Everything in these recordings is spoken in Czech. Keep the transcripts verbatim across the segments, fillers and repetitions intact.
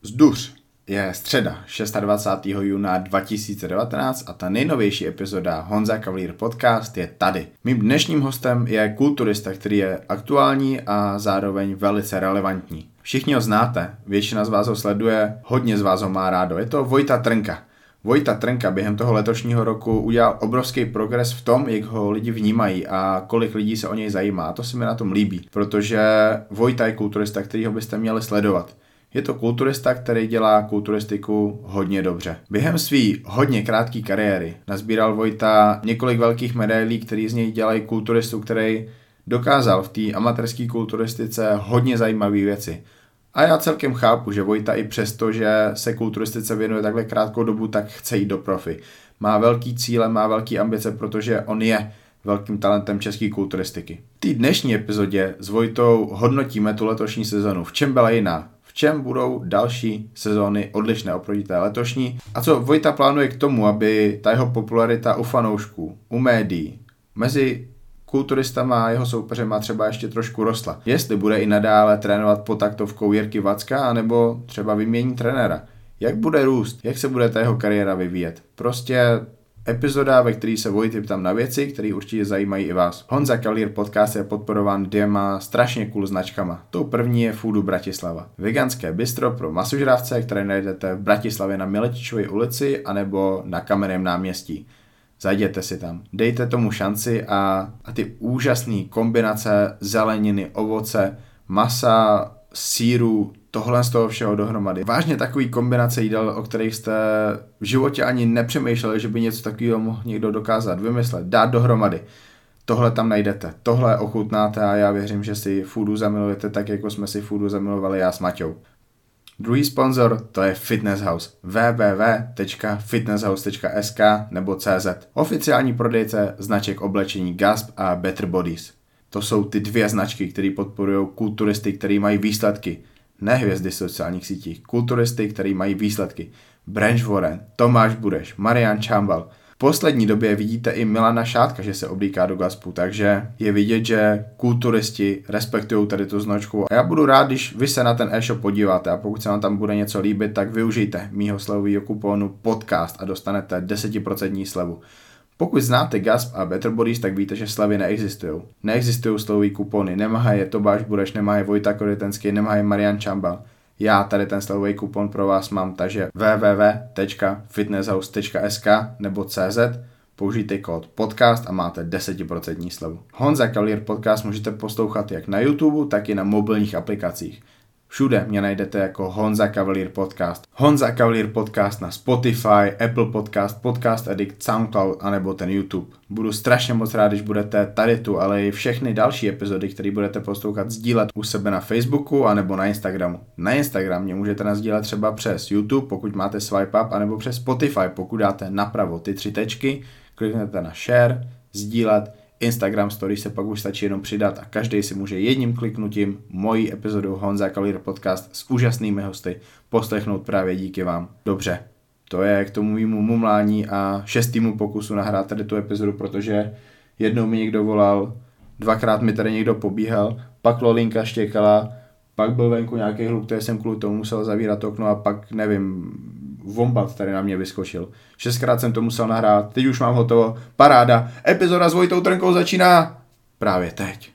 Zduř je středa dvacátého šestého júna dva tisíce devatenáct a ta nejnovější epizoda Honza Cavalier Podcast je tady. Mým dnešním hostem je kulturista, který je aktuální a zároveň velice relevantní. Všichni ho znáte, většina z vás ho sleduje, hodně z vás ho má rádo. Je to Vojta Trnka. Vojta Trnka během toho letošního roku udělal obrovský progres v tom, jak ho lidi vnímají a kolik lidí se o něj zajímá. A to se mi na tom líbí, protože Vojta je kulturista, kterýho byste měli sledovat. Je to kulturista, který dělá kulturistiku hodně dobře. Během svý hodně krátké kariéry nazbíral Vojta několik velkých medailí, který z něj dělají kulturistu, který dokázal v té amatérské kulturistice hodně zajímavé věci. A já celkem chápu, že Vojta i přesto, že se kulturistice věnuje takhle krátkou dobu, tak chce jít do profi. Má velký cíle, má velký ambice, protože on je velkým talentem české kulturistiky. V té dnešní epizodě s Vojtou hodnotíme tu letošní sezonu. V čem byla jiná? V čem budou další sezóny odlišné oproti té letošní? A co Vojta plánuje k tomu, aby ta jeho popularita u fanoušků, u médií, mezi kulturistama a jeho soupeřema třeba ještě trošku rostla. Jestli bude i nadále trénovat pod taktovkou Jirky Vacka, anebo třeba vymění trenéra. Jak bude růst, jak se bude ta jeho kariéra vyvíjet. Prostě epizoda, ve které se Vojty ptám na věci, které určitě zajímají i vás. Honza Cavalier Podcast je podporován dvěma strašně cool značkama. Tou první je Foodu Bratislava. Veganské bistro pro masožravce, které najdete v Bratislavě na Miletičově ulici anebo na Kamenném náměstí. Zajděte si tam, dejte tomu šanci a, a ty úžasné kombinace zeleniny, ovoce, masa, sýru, tohle z toho všeho dohromady. Vážně takový kombinace jídel, o kterých jste v životě ani nepřemýšleli, že by něco takového mohl někdo dokázat, vymyslet, dát dohromady. Tohle tam najdete, tohle ochutnáte a já věřím, že si Foodu zamilujete tak, jako jsme si Foodu zamilovali já s Maťou. Druhý sponzor to je Fitness House. w w w tečka fitness house tečka s k nebo C Z. Oficiální prodejce značek oblečení Gasp a Better Bodies. To jsou ty dvě značky, které podporují kulturisty, který mají výsledky. Ne hvězdy sociálních sítích, kulturisty, který mají výsledky. Branch Warren, Tomáš Bureš, Marian Čambal. V poslední době vidíte i Milana Šátka, že se oblíká do Gaspu, takže je vidět, že kulturisti respektují tady tu značku. A já budu rád, když vy se na ten e-shop podíváte a pokud se vám tam bude něco líbit, tak využijte mýho slevového kupónu podcast a dostanete deset procent slevu. Pokud znáte Gasp a Better Bodies, tak víte, že slevy neexistují. Neexistují slevové kupony, nemá je Tomáš Bureš, nemá je Vojta Korytenský, nemá je Marian Čambal. Já tady ten slevový kupon pro vás mám, takže w w w tečka fitness house tečka s k nebo C Z, použijte kód podcast a máte deset procent slevu. Honza Cavalier Podcast můžete poslouchat jak na YouTube, tak i na mobilních aplikacích. Všude mě najdete jako Honza Cavalier Podcast. Honza Cavalier Podcast na Spotify, Apple Podcast, Podcast Addict, SoundCloud anebo ten YouTube. Budu strašně moc rád, když budete tady tu, ale i všechny další epizody, které budete poslouchat, sdílet u sebe na Facebooku anebo na Instagramu. Na Instagram mě můžete nasdílet třeba přes YouTube, pokud máte swipe up, anebo přes Spotify, pokud dáte napravo ty tři tečky, kliknete na share, sdílet. Instagram story se pak už stačí jenom přidat a každý si může jedním kliknutím moji epizodu Honza Cavalier Podcast s úžasnými hosty poslechnout právě díky vám. Dobře, to je k tomu mému mumlání a šestýmu pokusu nahrát tady tu epizodu, protože jednou mi někdo volal, dvakrát mi tady někdo pobíhal, pak Lolinka štěkala, pak byl venku nějaký hluk, který jsem kvůli tomu musel zavírat okno a pak nevím, vombat tady na mě vyskočil. Šestkrát jsem to musel nahrát, teď už mám hotovo. Paráda, epizoda s Vojtou Trnkou začíná právě teď.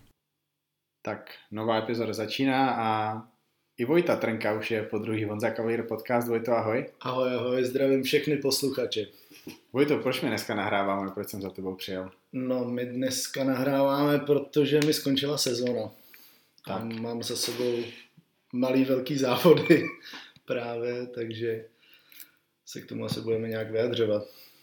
Tak, nová epizoda začíná a i Vojta Trnka už je po druhý Honza Cavalier Podcast. Vojto, ahoj. Ahoj, ahoj, zdravím všechny posluchače. Vojto, proč my dneska nahráváme, proč jsem za tebou přijel? No, my dneska nahráváme, protože mi skončila sezóna. Tak. A mám za sebou malý velký závody právě, takže se k tomu asi budeme nějak vyjadřovat.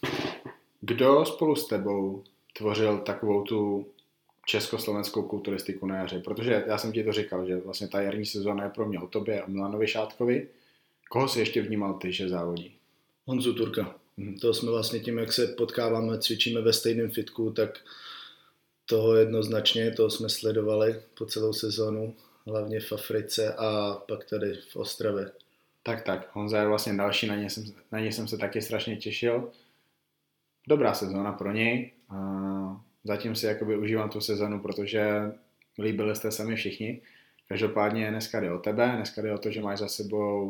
Kdo spolu s tebou tvořil takovou tu československou kulturistiku na jaře? Protože já jsem ti to říkal, že vlastně ta jarní sezóna je pro mě o tobě a Milanovi Šátkovi. Koho jsi ještě vnímal ty, že závodí? Honzu Turka. Hmm. To jsme vlastně tím, jak se potkáváme, cvičíme ve stejném fitku, tak toho jednoznačně, toho jsme sledovali po celou sezónu, hlavně v Africe a pak tady v Ostravě. Tak, tak. Honza je vlastně další, na něj jsem, na něj jsem se taky strašně těšil. Dobrá sezóna pro něj. A zatím si jakoby užívám tu sezónu, protože líbili jste se mi všichni. Každopádně dneska jde o tebe, dneska jde o to, že máš za sebou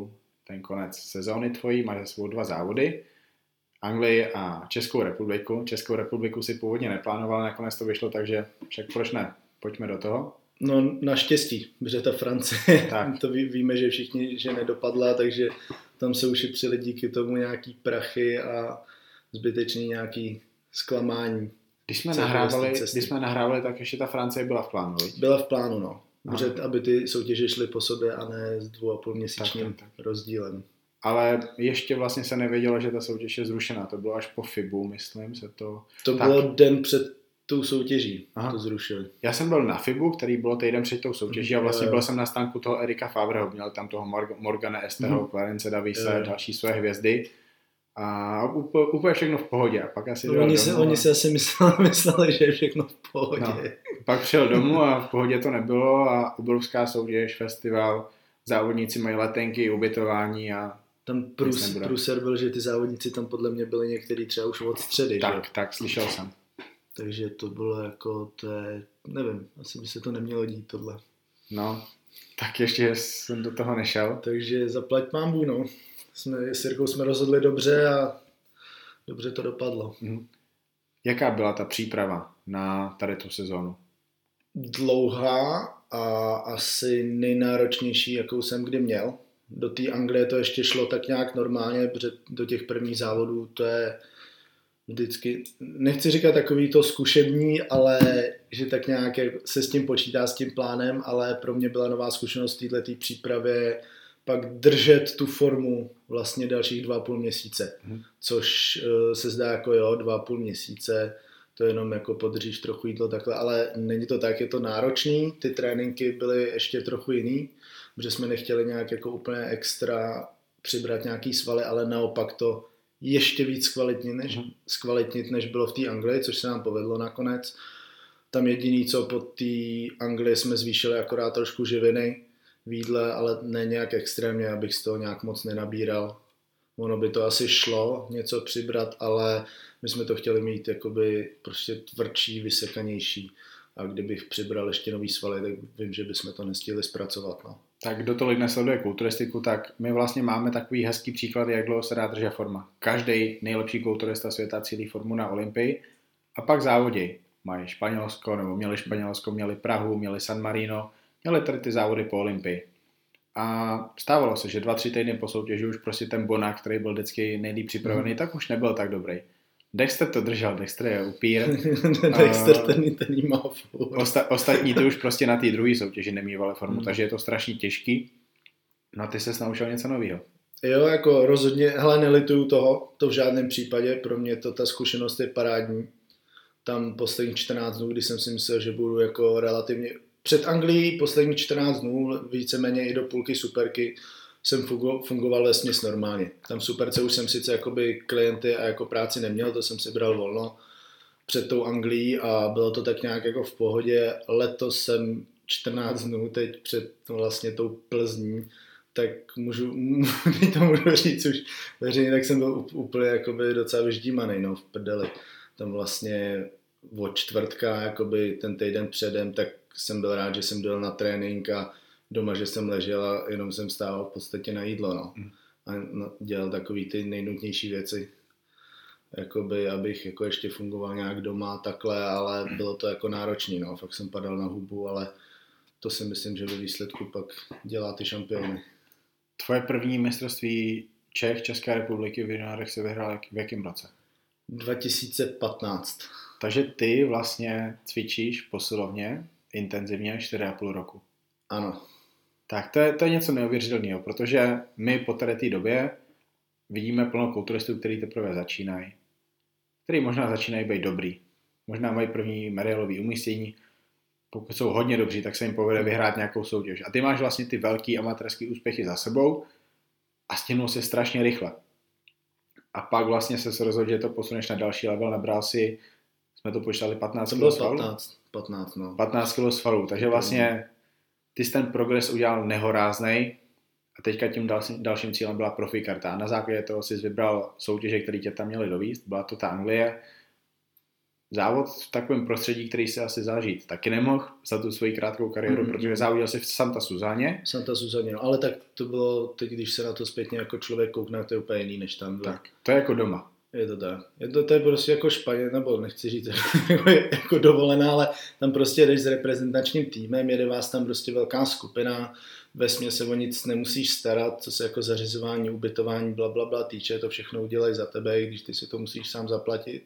ten konec sezóny tvojí, máš za sebou dva závody, Anglii a Českou republiku. Českou republiku si původně neplánoval, nakonec to vyšlo, takže však proč ne? Pojďme do toho. No naštěstí, protože ta Francie, to ví, víme, že všichni, že nedopadla, takže tam se ušetřili díky tomu nějaký prachy a zbytečný nějaký zklamání. Když jsme, nahrávali, když jsme nahrávali, tak ještě ta Francie byla v plánu, viď? Byla v plánu, no. Protože, aby ty soutěže šly po sobě a ne s dvou a půl měsíčním tak, tak, tak. rozdílem. Ale ještě vlastně se nevědělo, že ta soutěž je zrušená. To bylo až po FIBu, myslím se to... To tak. bylo den před tou soutěží, Aha. to zrušili. Já jsem byl na FIBu, který bylo týden před tou soutěží a vlastně byl jsem na stánku toho Erika Favreho. Měl tam toho Morgana Esteho, mm. Clarence Davise, a další své hvězdy. A úplně, úplně všechno v pohodě. A pak asi no, oni, se, a... oni si asi mysleli, mysleli, že je všechno v pohodě. No. Pak přijel domů a v pohodě to nebylo a obrovská soutěž, festival, závodníci mají letenky, ubytování a tam prus, průser byl, že ty závodníci tam podle mě byli některý třeba už od středy. Tak, že? tak, slyšel jsem. Takže to bylo jako, to je, nevím, asi by se to nemělo dít tohle. No, tak ještě jsem do toho nešel. Takže zaplať pánbůh, no. Jsme, s Jirkou jsme rozhodli dobře a dobře to dopadlo. Mhm. Jaká byla ta příprava na tady tu sezónu? Dlouhá a asi nejnáročnější, jakou jsem kdy měl. Do té Anglie to ještě šlo tak nějak normálně, protože do těch prvních závodů to je vždycky, nechci říkat takový to zkušební, ale že tak nějak se s tím počítá, s tím plánem, ale pro mě byla nová zkušenost v této přípravě pak držet tu formu vlastně dalších dva a půl měsíce, hmm. což uh, se zdá jako jo, dva a půl měsíce, to jenom jako podržíš trochu jídlo takhle, ale není to tak, je to náročný, ty tréninky byly ještě trochu jiný, protože jsme nechtěli nějak jako úplně extra přibrat nějaký svaly, ale naopak to ještě víc zkvalitnit, než, hmm. zkvalitnit, než bylo v té Anglii, což se nám povedlo nakonec. Tam jediný, co po té Anglii jsme zvýšili akorát trošku živiny v jídle, ale ne nějak extrémně, abych z toho nějak moc nenabíral. Ono by to asi šlo něco přibrat, ale my jsme to chtěli mít jakoby prostě tvrdší, vysekanější. A kdybych přibral ještě nový svaly, tak vím, že bychom to nestihli zpracovat. No. Tak kdo tolik nesleduje kulturistiku, tak my vlastně máme takový hezký příklad, jak dlouho se dá držet forma. Každý nejlepší kulturista světa cílí formu na Olympii a pak závodí. Mají Španělsko, nebo měli Španělsko, měli Prahu, měli San Marino, měli tady ty závody po Olympii. A stávalo se, že dva, tři týdny po soutěži už prostě ten Bonak, který byl vždycky nejlíp připravený, mm. tak už nebyl tak dobrý. Dexter to držel, Dexter je upír. Dexter ten, ten jí má Osta, ostatní ty už prostě na té druhé soutěži nemývali formu, mm. takže je to strašně těžký. No a ty ses naučil něco nového. Jo, jako rozhodně, hele, nelituju toho, to v žádném případě, pro mě to ta zkušenost je parádní. Tam posledních čtrnáct dnů, kdy jsem si myslel, že budu jako relativně... Před Anglií posledních čtrnáct dnů, víceméně i do půlky superky, jsem fungoval vesměs normálně. Tam v superce už jsem sice jakoby klienty a jako práci neměl, to jsem si bral volno před tou Anglií a bylo to tak nějak jako v pohodě. Letos jsem čtrnáct dnů teď před vlastně tou Plzní, tak můžu, teď to můžu říct už veřejně, tak jsem byl úplně jakoby docela vyždímanej, no, v prdeli. Tam vlastně od čtvrtka, jakoby ten týden předem, tak jsem byl rád, že jsem dojel na trénink a doma, že jsem ležel a jenom jsem stával v podstatě na jídlo, no. A no, dělal takový ty nejnutnější věci, jakoby, abych jako ještě fungoval nějak doma takhle, ale bylo to jako náročný, no. Fakt jsem padal na hubu, ale to si myslím, že ve výsledku pak dělá ty šampiony. Tvoje první mistrovství Čech, České republiky v juniorech se vyhrál v jakém roce? dva tisíce patnáct. Takže ty vlastně cvičíš posilovně, intenzivně čtyři a půl roku. Ano. Tak to je, to je něco neuvěřitelného, protože my po té době vidíme plno kulturistů, kteří teprve začínají, kteří možná začínají být dobrý. Možná mají první medailový umístění, pokud jsou hodně dobří, tak se jim povede vyhrát nějakou soutěž. A ty máš vlastně ty velký amatérský úspěchy za sebou a stihnul si strašně rychle. A pak vlastně se rozhodl, že to posuneš na další level, nabral si, jsme to počítali patnáct kilo svalů. patnáct, no. patnáct kilo svalů, takže vlastně ty jsi ten progres udělal nehoráznej a teďka tím dalším, dalším cílem byla profikarta. A na základě toho jsi vybral soutěže, které tě tam měly dovíst, byla to ta Anglie. závod v takovém prostředí, který se asi zažít, taky nemohl za tu svoji krátkou kariéru, mm. protože závodil si v Santa Suzaně. Santa Suzaně, no, ale tak to bylo, teď když se na to zpětně jako člověk koukne, to je úplně jiný, než tam bylo. Tak, to je jako doma. Je to tak. Je to, to je prostě jako Španě, nebo nechci říct jako, jako dovolená, ale tam prostě jdeš s reprezentačním týmem, jede vás tam prostě velká skupina, vesměs se o nic nemusíš starat, co se jako zařizování, ubytování, blablabla bla, bla, týče, to všechno udělají za tebe, i když ty si to musíš sám zaplatit.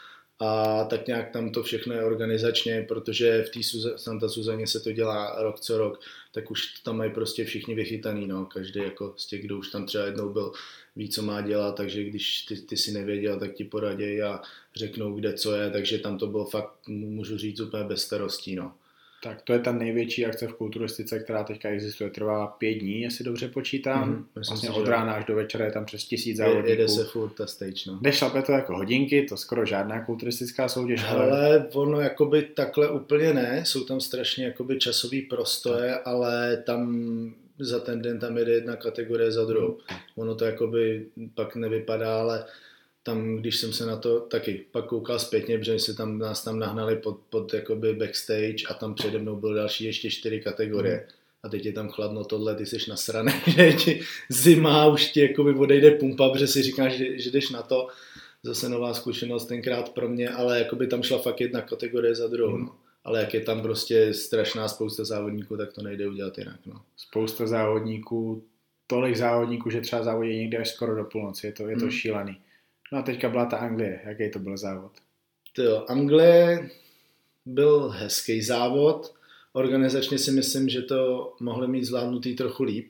A tak nějak tam to všechno je organizačně, protože v té Santa Suzaně se to dělá rok co rok, tak už tam mají prostě všichni vychytaný, no, každý jako z těch, kdo už tam třeba jednou byl, ví, co má dělat, takže když ty, ty si nevěděl, tak ti poradějí a řeknou, kde co je, takže tam to bylo fakt, můžu říct, úplně bez starostí, no. Tak to je ta největší akce v kulturistice, která teďka existuje, trvá pět dní, jestli dobře počítám. Mm-hmm. Vlastně od rána až do večera je tam přes tisíc závodníků. Jede se furt ta stage, no. Jde šlape to jako hodinky, to skoro žádná kulturistická soutěž. Ale, ale ono jakoby takhle úplně ne, jsou tam strašně jakoby časový prostoje, tak. Ale tam za ten den tam jede jedna kategorie za druhou. Mm. Ono to jakoby pak nevypadá, ale tam, když jsem se na to taky pak koukal zpětně, protože se tam, nás tam nahnali pod, pod jakoby backstage a tam přede mnou bylo další ještě čtyři kategorie. Mm. A teď je tam chladno tohle, ty jsi nasraný, že je ti zima, už ti jakoby odejde pumpa, protože si říkáš, že, že jdeš na to. Zase nová zkušenost tenkrát pro mě, ale jakoby tam šla fakt jedna kategorie za druhou. Mm. No. Ale jak je tam prostě strašná spousta závodníků, tak to nejde udělat jinak. No. Spousta závodníků, tolik závodníků, že třeba závodí někde až skoro do půlnoci, je to, je to mm. šílený. No a teďka byla ta Anglie, jaký to byl závod? Jo, Anglie byl hezký závod, organizačně si myslím, že to mohli mít zvládnutý trochu líp.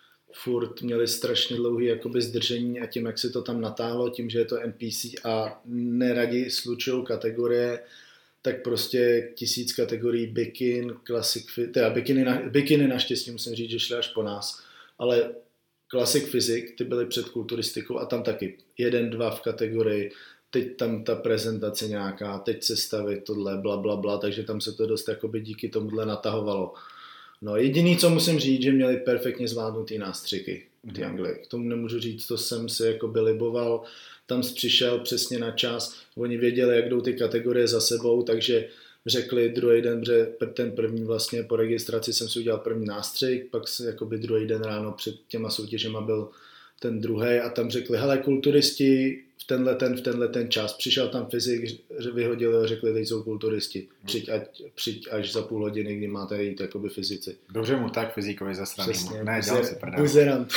Furt měli strašně dlouhý jakoby zdržení a tím, jak se to tam natáhlo, tím, že je to N P C a neradi slučují kategorie, tak prostě tisíc kategorií bikin, classic, teda bikiny, na, bikiny naštěstí musím říct, že šly až po nás, ale Classic Physique, ty byly před kulturistikou a tam taky jeden, dva v kategorii, teď tam ta prezentace nějaká, teď se stavit tohle, bla, bla, bla, takže tam se to dost jakoby díky tomuhle natahovalo. No jediný, co musím říct, že měli perfektně zvládnutý nástřiky v té Anglii. K tomu nemůžu říct, to jsem se jakoby liboval, tam přišel přesně na čas, oni věděli, jak jdou ty kategorie za sebou, takže řekli druhý den, že ten první vlastně po registraci jsem si udělal první nástřik, pak se jakoby druhý den ráno před těma soutěžema byl ten druhý a tam řekli, hele kulturisti v tenhle ten, v tenhle ten čas, přišel tam fyzik, vyhodili a řekli, teď jsou kulturisti, přijď, ať, přijď až za půl hodiny, kdy máte jít jakoby fyzici. Dobře mu tak fyzíkovi zasraný. Přesně, ne, dělal si prdel. Buzerant.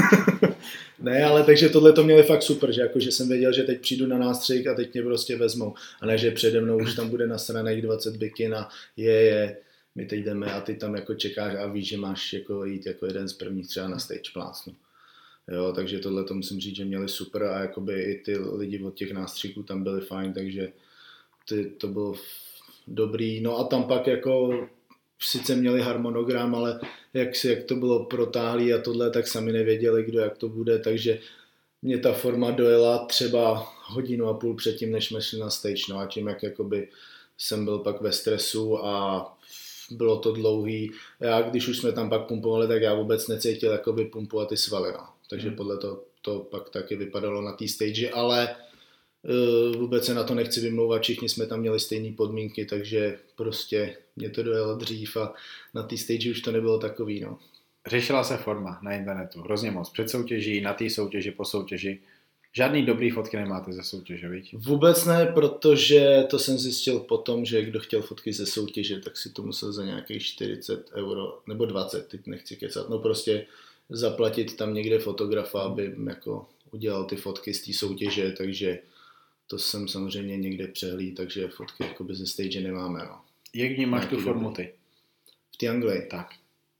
Ne, ale takže tohle to měli fakt super, že jako, že jsem věděl, že teď přijdu na nástřik a teď mě prostě vezmou. A ne, že přede mnou už tam bude nasraných dvacet bikin a je, je, my teď jdeme a ty tam jako čekáš a víš, že máš jako jít jako jeden z prvních třeba na stage plácnu. Jo, takže tohle to musím říct, že měli super a jakoby i ty lidi od těch nástřiků tam byli fajn, takže ty, to bylo dobrý. No a tam pak jako sice měli harmonogram, ale jak, si, jak to bylo protáhlý a tohle, tak sami nevěděli, kdo jak to bude, takže mě ta forma dojela třeba hodinu a půl předtím, než jsme šli na stage, no a tím, jak jakoby jsem byl pak ve stresu a bylo to dlouhý, já když už jsme tam pak pumpovali, tak já vůbec necítil jakoby pumpu a ty svaly, no. Takže hmm. podle toho to pak taky vypadalo na té stage, ale uh, vůbec se na to nechci vymlouvat, všichni jsme tam měli stejné podmínky, takže prostě mě to dojelo dřív a na té stage už to nebylo takový, no. Řešila se forma na internetu, hrozně moc, před soutěží, na té soutěži, po soutěži. Žádný dobrý fotky nemáte ze soutěže, viď? Vůbec ne, protože to jsem zjistil potom, že kdo chtěl fotky ze soutěže, tak si to musel za nějakých čtyřicet euro, nebo dvacet, teď nechci kecat, no prostě zaplatit tam někde fotografa, aby jako udělal ty fotky z té soutěže, takže to jsem samozřejmě někde přehlíd, takže fotky jakoby ze stage nemáme, no. Jak vnímáš tu formu ty? V té Anglii? Tak.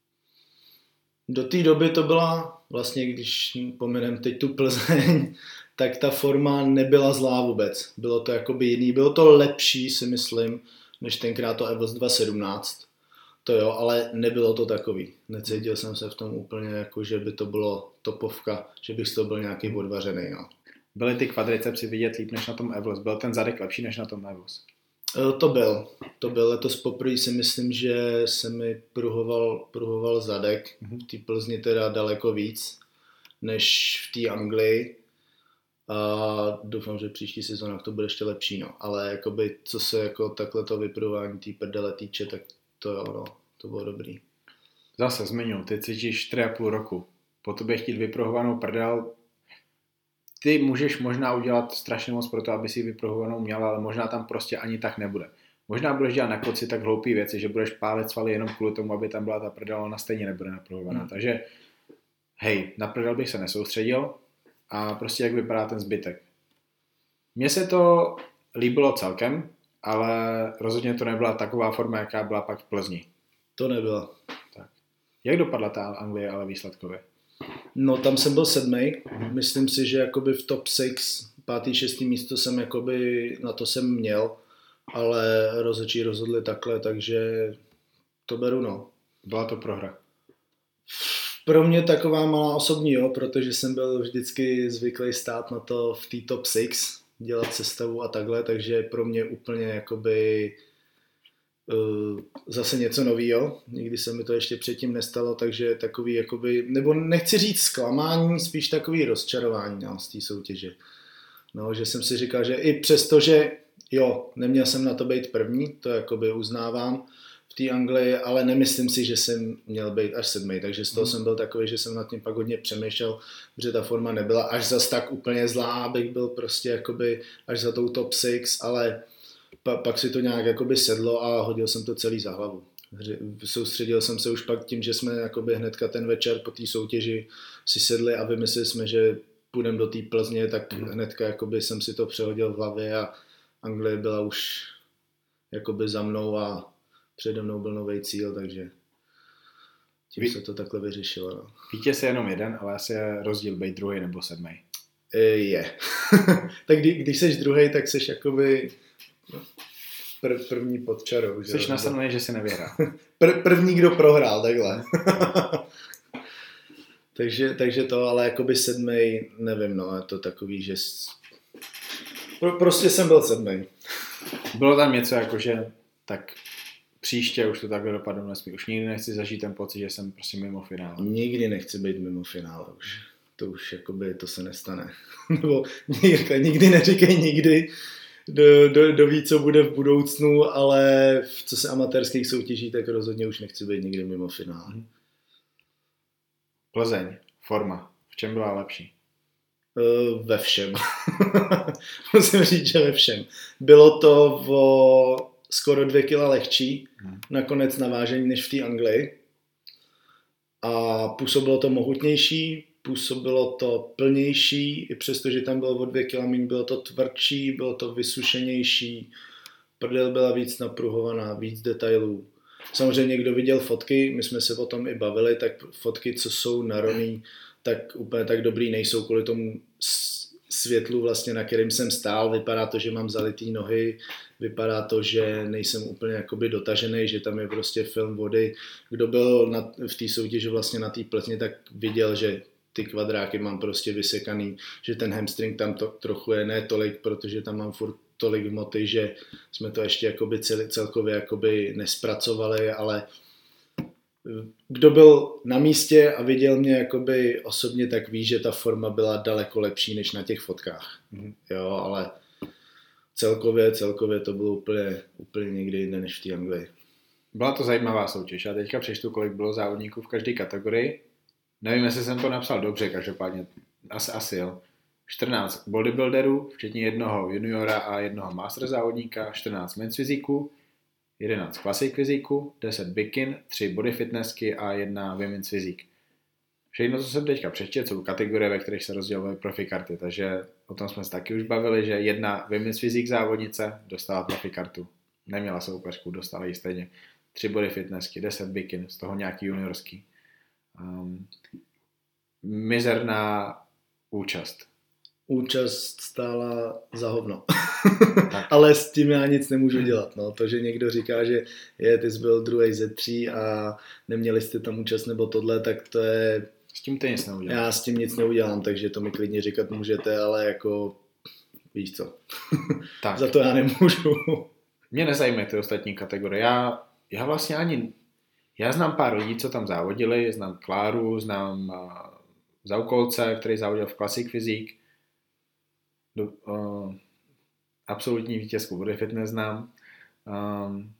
Do té doby to byla, vlastně když pomenem teď tu Plzeň, tak ta forma nebyla zlá vůbec. Bylo to jakoby jiný, bylo to lepší, si myslím, než tenkrát to Evos dva sedmnáct. To jo, ale nebylo to takový. Necítil jsem se v tom úplně jako, že by to bylo topovka, že bych z toho byl nějaký odvařený, no. Byly ty kvadricepsy vidět líp než na tom Evos? Byl ten zadek lepší než na tom Evos? To byl. To byl letos poprvé, si myslím, že se mi pruhoval, pruhoval zadek. V té Plzni teda daleko víc než v té Anglii. a doufám, že příští sezónách to bude ještě lepší, no. Ale jakoby, co se jako takhle to vyprodování té prdele týče, tak to jo, no, to bylo dobrý. Zase zmiňu, ty cvičíš čtyři a půl roku, po tobě chtít vyprohovanou prdel, ty můžeš možná udělat strašně moc pro to, aby si vyprohovanou měl, ale možná tam prostě ani tak nebude. Možná budeš dělat na koci tak hloupý věci, že budeš pálit svaly jenom kvůli tomu, aby tam byla ta prdel, ona stejně nebude naprohovaná. Hmm. Takže hej, na prdel bych se nesoustředil a prostě jak vypadá ten zbytek. Mně se to líbilo celkem, ale rozhodně to nebyla taková forma, jaká byla pak v Plzni. To nebyla. Tak. Jak dopadla ta Anglie ale výsledkově? No tam jsem byl sedmej, myslím si, že jakoby v top šest, pátý, šestý místo jsem jakoby, na to jsem měl, ale rozhodčí rozhodli takhle, takže to beru, no. Byla to prohra? Pro mě taková malá osobní, jo, protože jsem byl vždycky zvyklý stát na to v té top šest, dělat sestavu a takhle, takže pro mě úplně jakoby uh, zase něco novýho, nikdy se mi to ještě předtím nestalo, takže takový jakoby, nebo nechci říct zklamání, spíš takový rozčarování, no, z té soutěže. No, že jsem si říkal, že i přesto, že jo, neměl jsem na to být první, to jakoby uznávám v té Anglii, ale nemyslím si, že jsem měl být až sedmý, takže z toho hmm. jsem byl takový, že jsem nad tím pak hodně přemýšlel, protože ta forma nebyla až zas tak úplně zlá, abych byl prostě jakoby až za tou top šest, ale pa, pak si to nějak jakoby sedlo a hodil jsem to celý za hlavu. Soustředil jsem se už pak tím, že jsme jakoby hnedka ten večer po té soutěži si sedli a vymysleli jsme, že půjdeme do té Plzně, tak hmm. hnedka jakoby jsem si to přehodil v hlavě a Anglie byla už jakoby za mnou a přede mnou byl nový cíl, takže tím Ví... se to takhle vyřešilo. No. Vítěz je jenom jeden, ale asi je rozdíl být druhý nebo sedmý. E, je. Tak kdy, když seš druhý, tak seš jakoby pr- první pod čarou. Jsi nastavený, že si nevyhrál. Pr- první, kdo prohrál, takhle. takže, takže to, ale jakoby sedmý, nevím, no, je to takový, že Pro, prostě jsem byl sedmý. Bylo tam něco jako, že tak příště už to takhle dopadlo nesmí. Už nikdy nechci zažít ten pocit, že jsem prostě mimo finále. Nikdy nechci být mimo finále už. To už jakoby to se nestane. Nebo nikdy neříkej nikdy, do, do, do ví, co bude v budoucnu, ale co se amatérských soutěží, tak rozhodně už nechci být nikdy mimo finále. Plzeň, forma. V čem byla lepší? Ve všem. Musím říct, že ve všem. Bylo to o skoro dvě kila lehčí, hmm. nakonec na vážení než v té Anglii. A působilo to mohutnější, působilo to plnější, i přesto, že tam bylo o dvě kila míň, bylo to tvrdší, bylo to vysušenější, prdel byla víc napruhovaná, víc detailů. Samozřejmě, kdo viděl fotky, my jsme se o tom i bavili, tak fotky, co jsou naroný, tak úplně tak dobrý nejsou kvůli tomu světlu, vlastně, na kterým jsem stál. Vypadá to, že mám zalitý nohy, vypadá to, že nejsem úplně jakoby dotažený, že tam je prostě film vody. Kdo byl na, v té soutěži vlastně na té Plzni, tak viděl, že ty kvadráky mám prostě vysekaný, že ten hamstring tam to, trochu je ne tolik, protože tam mám furt tolik hmoty, že jsme to ještě jakoby cel, celkově jakoby nespracovali, ale kdo byl na místě a viděl mě jakoby osobně, tak ví, že ta forma byla daleko lepší než na těch fotkách. Mm. Jo, ale celkově, celkově to bylo úplně, úplně někde jinde než v té Anglii. Byla to zajímavá soutěž. Já teďka přečtu, kolik bylo závodníků v každé kategorii. Nevím, jestli jsem to napsal dobře, každopádně asi, asi jo. čtrnáct bodybuilderů, včetně jednoho juniora a jednoho master závodníka, čtrnáct men's fyziků, jedenáct classic fyziků, deset bikin, tři body fitnessky a jedna women's fyzik. Všechno, co jsem teďka přečtěl, jsou kategorie, ve kterých se rozdělovaly profikarty, takže o tom jsme se taky už bavili, že jedna women's fyzik závodnice dostala profikartu. Neměla soupeřku, dostala ji stejně. Tři body fitnessky, deset bikin, z toho nějaký juniorský. Um, mizerná účast. Účast stála za hovno. Ale s tím já nic nemůžu dělat. No. To, že někdo říká, že je, ty jsi byl druhý ze tří a neměli jste tam účast nebo tohle, tak to je... S tím ty nic neudělám. Já s tím nic neudělám, takže to mi klidně říkat můžete, ale jako víš co. Tak. Za to já nemůžu. Mě nezajímají ty ostatní kategorie. Já, já vlastně ani... Já znám pár lidí, co tam závodili. Znám Kláru, znám uh, Zaukolce, který závodil v Classic Physique. do, uh, absolutní vítězku Body Fitness znám. Um,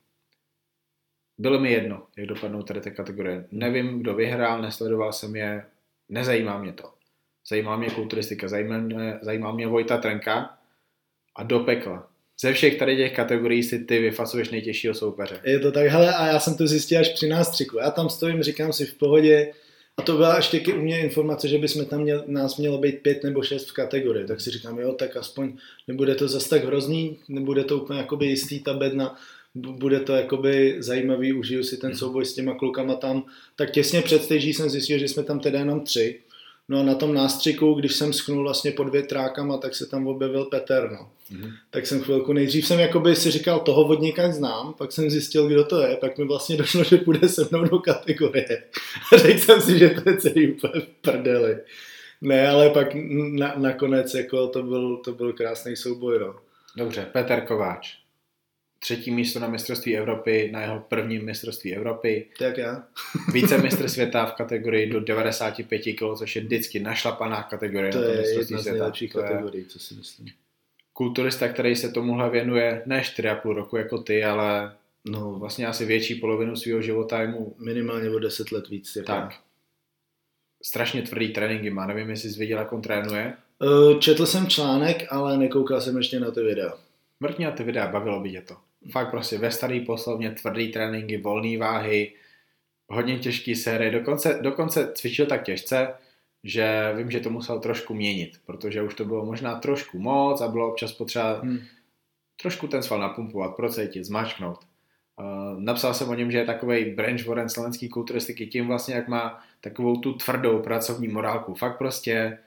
bylo mi jedno, jak dopadnou tady ty kategorie. Nevím, kdo vyhrál, nesledoval jsem je, nezajímá mě to. Zajímá mě kulturistika, zajímá mě, zajímá mě Vojta Trnka a do pekla. Ze všech tady těch kategorií si ty vyfasuješ nejtěžšího soupeře. Je to tak, hele, a já jsem to zjistil až při nástřiku. Já tam stojím, říkám si v pohodě, a to byla ještě u mě informace, že bychom tam měl, nás mělo být pět nebo šest v kategorii, tak si říkám, jo, tak aspoň nebude to zas tak hrozný, nebude to úplně jakoby jistý ta bedna, bude to jakoby zajímavý, užiju si ten souboj s těma klukama tam. Tak těsně před stage jsem zjistil, že jsme tam teda jenom tři. No a na tom nástřiku, když jsem schnul vlastně pod větrákama, tak se tam objevil Petr, no. Mm-hmm. Tak jsem chvilku, nejdřív jsem jakoby si říkal, toho od někať znám, pak jsem zjistil, kdo to je, pak mi vlastně došlo, že půjde se mnou do kategorie. A řekl jsem si, že to je celý úplně v prdeli. Ne, ale pak na, nakonec jako to byl, to byl krásný souboj, no. Dobře, Petr Kováč. Třetí místo na mistrovství Evropy, na jeho prvním mistrovství Evropy. Tak já. Více mistr světa v kategorii do devadesát pět kilogramů, což je vždycky našlapaná kategorie. To na to je mistrovství jedna z světa. nejlepších kategorií, co si myslím. Kulturista, který se tomuhle věnuje ne čtyři a půl roku jako ty, ale no, vlastně asi větší polovinu svého života je mu... Minimálně o deset let víc. Tak. tak. Strašně tvrdý tréninky má, nevím, jestli jsi viděl, jak on trénuje. Četl jsem článek, ale nekoukal jsem ještě na ty videa. Mrtně na ty videa, bavilo by tě to. Fakt prostě ve starý poslovně tvrdý tréninky, volné váhy, hodně těžký série, dokonce, dokonce cvičil tak těžce, že vím, že to musel trošku měnit, protože už to bylo možná trošku moc a bylo občas potřeba hmm. trošku ten sval napumpovat, procejtit, zmáčknout. Uh, napsal jsem o něm, že je takovej branch Warren slovenský kulturistiky tím vlastně, jak má takovou tu tvrdou pracovní morálku. Fakt prostě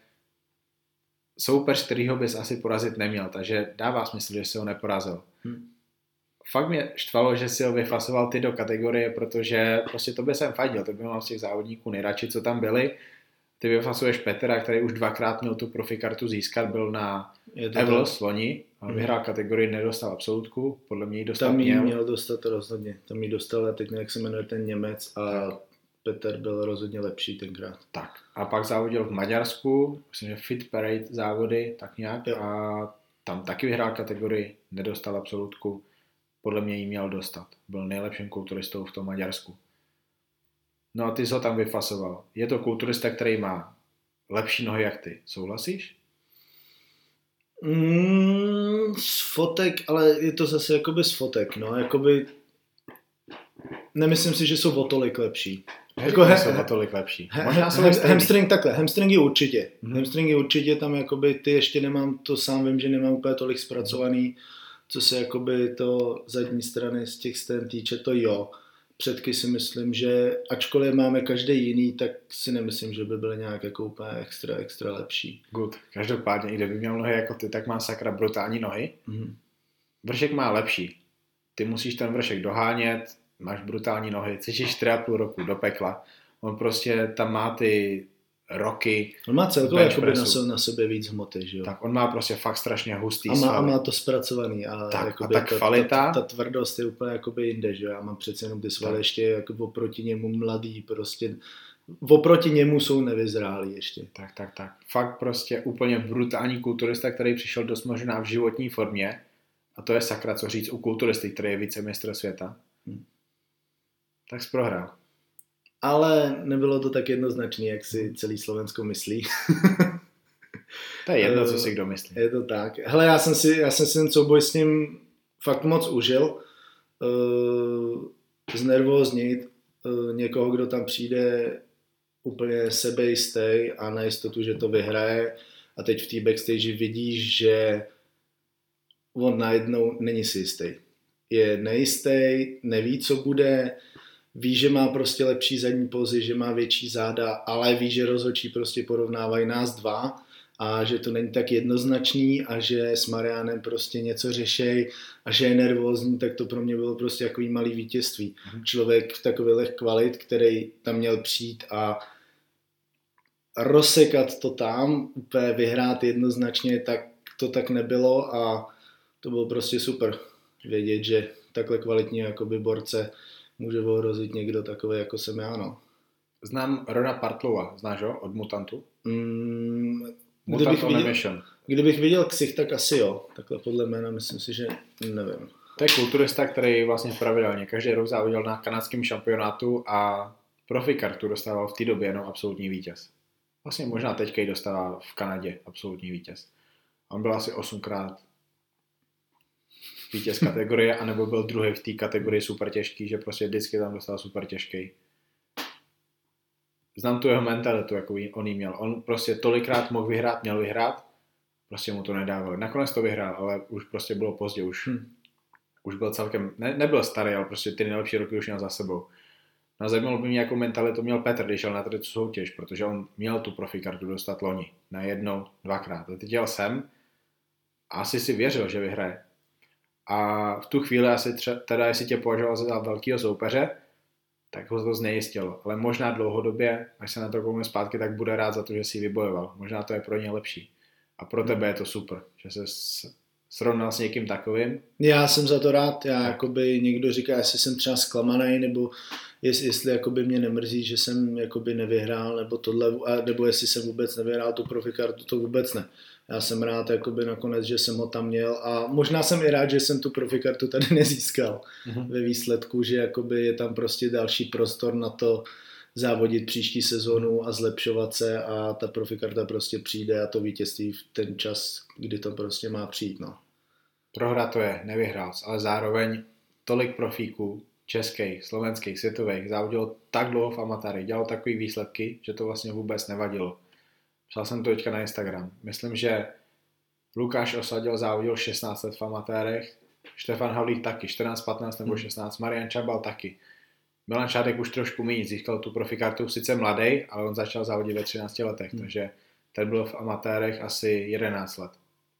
soupeř, kterýho bys asi porazit neměl, takže dává smysl, že si ho neporazil. Hmm. Fakt mě štvalo, že si ho vyfasoval ty do kategorie, protože prostě to by jsem fandil, to by mám z těch závodníků nejradši, co tam byli. Ty vyfasuješ Petra, který už dvakrát měl tu profikartu získat, byl na Evlos loni, a vyhrál kategorii, nedostal absolutku, podle mě ji dostat tam měl. Tam měl dostat rozhodně, tam ji dostal, a teď jak se jmenuje ten Němec a tak. Petr byl rozhodně lepší tenkrát. Tak a pak závodil v Maďarsku, myslím, že Fit Parade závody, tak nějak, jo. A tam taky vyhrál kategorii, nedostal absolutku, podle mě ji měl dostat, byl nejlepším kulturistou v tom Maďarsku. No a ty jsi ho tam vyfasoval. Je to kulturista, který má lepší nohy jak ty. Souhlasíš? Mm, z fotek, ale je to zase jakoby z fotek, no, jakoby nemyslím si, že jsou o tolik lepší. Jako he, jsou o tolik lepší. He, Možná he, he, hamstring takhle, hamstringy určitě. Mm-hmm. Hamstringy určitě tam jakoby ty ještě nemám, to sám vím, že nemám úplně tolik zpracovaný, co se jakoby to zadní strany z těch stén týče, to jo. Předky si myslím, že ačkoliv máme každý jiný, tak si nemyslím, že by byly nějak jako úplně extra, extra lepší. Good. Každopádně, i kdyby měl nohy jako ty, tak má sakra brutální nohy. Mm-hmm. Vršek má lepší. Ty musíš ten vršek dohánět, máš brutální nohy, cvičíš čtyři a půl roku do pekla. On prostě tam má ty roky. On má celkově jakoby na, na sobě víc hmoty, že jo? Tak on má prostě fakt strašně hustý a má, svaly. A má to zpracovaný. A, tak, a ta kvalita. Ta, ta, ta tvrdost je úplně jakoby jinde, že jo? Já mám přece jenom ty svaly ještě jako oproti němu mladý, prostě oproti němu jsou nevyzrálí ještě. Tak, tak, tak. Fakt prostě úplně brutální kulturista, který přišel dost možná v životní formě. A to je sakra, co říct u kulturisty, který je vicemistr světa. Hmm. Tak jsi prohrál. Ale nebylo to tak jednoznačný, jak si celý Slovensko myslí. To je jedno, co si kdo myslí. Je to tak. Hele, já jsem si, já jsem si ten souboj s ním fakt moc užil. Uh, znervóznit uh, někoho, kdo tam přijde úplně sebejistý a na jistotu, že to vyhraje. A teď v té backstage vidíš, že on najednou není si jistý. Je nejistý, neví, co bude. Ví, že má prostě lepší zadní pozy, že má větší záda, ale ví, že rozhodčí prostě porovnávají nás dva a že to není tak jednoznačný a že s Marianem prostě něco řešej a že je nervózní, tak to pro mě bylo prostě takový malý vítězství. Mm. Člověk v takových kvalit, který tam měl přijít a rozsekat to tam, úplně vyhrát jednoznačně, tak to tak nebylo a to bylo prostě super vědět, že takhle kvalitní jakoby borce může ohrozit někdo takový, jako jsem já, no. Znám Rona Partlova, znáš ho, od Mutantu? Mm, Mutant on a Mission. Kdybych viděl ksich, tak asi jo. Takhle podle jména myslím si, že nevím. To je kulturista, který vlastně pravidelně každý rok závodil na kanadském šampionátu a profi kartu dostával v té době jenom absolutní vítěz. Vlastně možná teďka ji dostává v Kanadě absolutní vítěz. On byl asi osmkrát vítěz kategorie, anebo byl druhý v té kategorii super těžký, že prostě vždycky tam dostal super těžký. Znám tu jeho mentalitu, jako on jí měl. On prostě tolikrát mohl vyhrát, měl vyhrát, prostě mu to nedávali. Nakonec to vyhrál, ale už prostě bylo pozdě, už, hmm. už byl celkem, ne, nebyl starý, ale prostě ty nejlepší roky už měl za sebou. No zajímalo by mě, jakou mentalitu měl Petr, když šel na tady tu soutěž, protože on měl tu profikartu dostat loni. Na jednou, dvakrát. A teď jel sem a asi si věřil, že vyhraje. A v tu chvíli asi třeba, teda jestli tě považoval za velkýho soupeře, tak ho to znejistilo. Ale možná dlouhodobě, až se na to koukne zpátky, tak bude rád za to, že si vybojoval. Možná to je pro ně lepší. A pro tebe je to super, že se srovnal s někým takovým. Já jsem za to rád. Já jakoby někdo říká, jestli jsem třeba zklamaný, nebo jestli, jestli jakoby mě nemrzí, že jsem jakoby nevyhrál, nebo tohle, nebo jestli jsem vůbec nevyhrál tu profikartu, to vůbec ne. Já jsem rád jakoby nakonec, že jsem ho tam měl a možná jsem i rád, že jsem tu profikartu tady nezískal mm-hmm. ve výsledku, že jakoby je tam prostě další prostor na to závodit příští sezónu a zlepšovat se a ta profikarta prostě přijde a to vítězství v ten čas, kdy to prostě má přijít. No. Prohra to je, nevyhrál, ale zároveň tolik profíků, českých, slovenských, světových, závodilo tak dlouho v amatéry, dělalo takový výsledky, že to vlastně vůbec nevadilo. Psal jsem to teďka na Instagram. Myslím, že Lukáš Osadil závodil šestnáct let v amatérech, Štefan Havlík taky, čtrnáct, patnáct nebo šestnáct, Marian Čabal taky. Milan Šádek už trošku méně, získal tu profikartu, sice mladý, ale on začal závodit ve třinácti letech, hmm. takže ten byl v amatérech asi jedenáct let.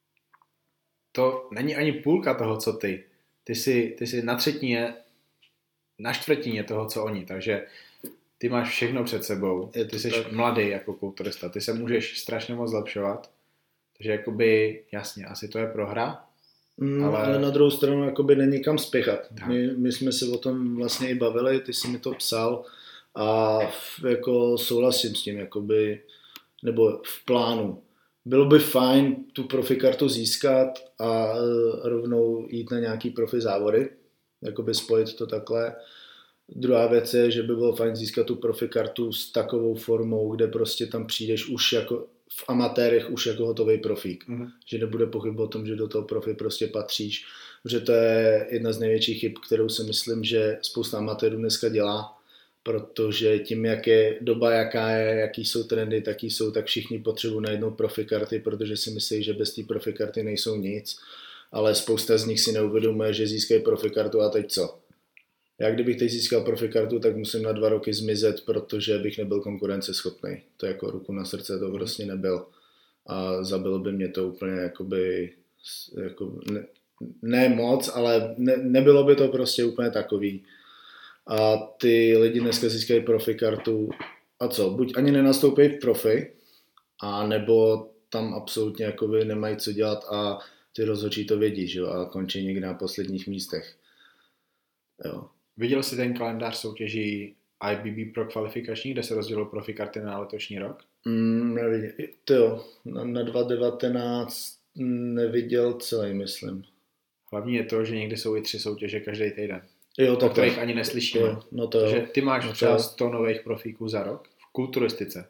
To není ani půlka toho, co ty. Ty jsi, ty jsi na třetině, na čtvrtině toho, co oni, takže ty máš všechno před sebou, ty jsi tak mladý jako kulturista, ty se můžeš strašně moc zlepšovat, takže jakoby, jasně, asi to je prohra. Mm, ale... ale na druhou stranu jakoby není kam spěchat. My, my jsme se o tom vlastně i bavili, ty jsi mi to psal a v, jako souhlasím s tím, jakoby, nebo v plánu. Bylo by fajn tu profikartu získat a rovnou jít na nějaký profi závody, jakoby spojit to takhle. Druhá věc je, že by bylo fajn získat tu profikartu s takovou formou, kde prostě tam přijdeš už jako v amatérech už jako hotový profík. Mm-hmm. Že nebude pochyb o tom, že do toho profi prostě patříš. Protože to je jedna z největších chyb, kterou si myslím, že spousta amatérů dneska dělá, protože tím, jak je doba, jaká je, jaký jsou trendy, taký jsou, tak všichni potřebují najednou profikarty, protože si myslí, že bez té profikarty nejsou nic. Ale spousta z nich si neuvědomuje, že získají profikartu a teď co? Já kdybych teď získal profikartu, tak musím na dva roky zmizet, protože bych nebyl konkurenceschopný. To jako ruku na srdce to prostě nebyl. A zabilo by mě to úplně jakoby, jako ne, ne moc, ale ne, nebylo by to prostě úplně takový. A ty lidi dneska získají profikartu a co? Buď ani nenastoupí v profi, a nebo tam absolutně jakoby nemají co dělat a ty rozhodčí to vědí, že jo? A končí někde na posledních místech. Jo. Viděl jsi ten kalendář soutěží I B B Pro kvalifikační, kde se rozdělilo profikarty na letošní rok? Mm, neviděl. To jo, na, na dva tisíce devatenáct neviděl celý, myslím. Hlavní je to, že někdy jsou i tři soutěže každý týden, jo, o kterých ani neslyšíme. Jo, no to Takže ty máš no třeba sto nových profíků za rok v kulturistice.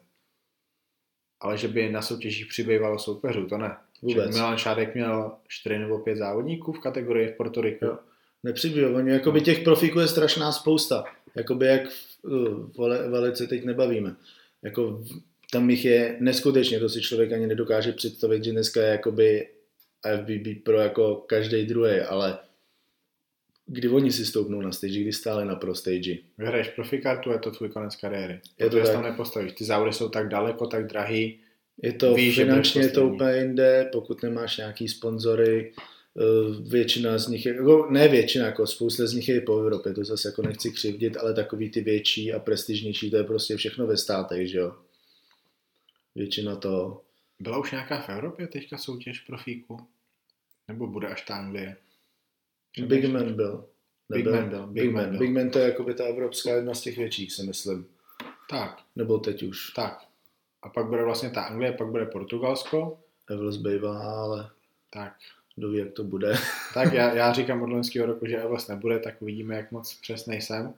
Ale že by na soutěžích přibývalo soupeřů, to ne. Vůbec. Milan Šádek měl čtyři nebo pět závodníků v kategorii v Porto Riku. Jo. Nepřibývá, oni jakoby těch profíků je strašná spousta. Jakoby jak v velice teď nebavíme. Jako tam jich je neskutečně, to si člověk ani nedokáže představit, že dneska je jakoby F B B Pro jako každý druhý, ale kdy oni si stoupnou na stage, kdy stále na pro stage. Vyhraješ profikartu, je to tvůj konec kariéry. Je to tak. Tam nepostavíš. Ty závody jsou tak daleko, tak drahý. Je to víš, finančně je to úplně jinde, pokud nemáš nějaký sponzory. Většina z nich je, jako ne většina, jako spousta z nich je po Evropě, to zase jako nechci křivdit, ale takový ty větší a prestižnější, to je prostě všechno ve státech, že jo. Většina to. Byla už nějaká v Evropě teďka soutěž profíku? Nebo bude až ta Anglie? Big Man byl. Big Man byl. Big, Big Man. Man. Big Man to je jako by ta evropská jedna z těch větších, si myslím. Tak. Nebo teď už. Tak. A pak bude vlastně ta Anglie, pak bude Portugalsko. Evels bývá, ale tak. kdo ví, jak to bude. Tak já, já říkám od loňského roku, že Evels nebude, tak uvidíme, jak moc přesnej jsem.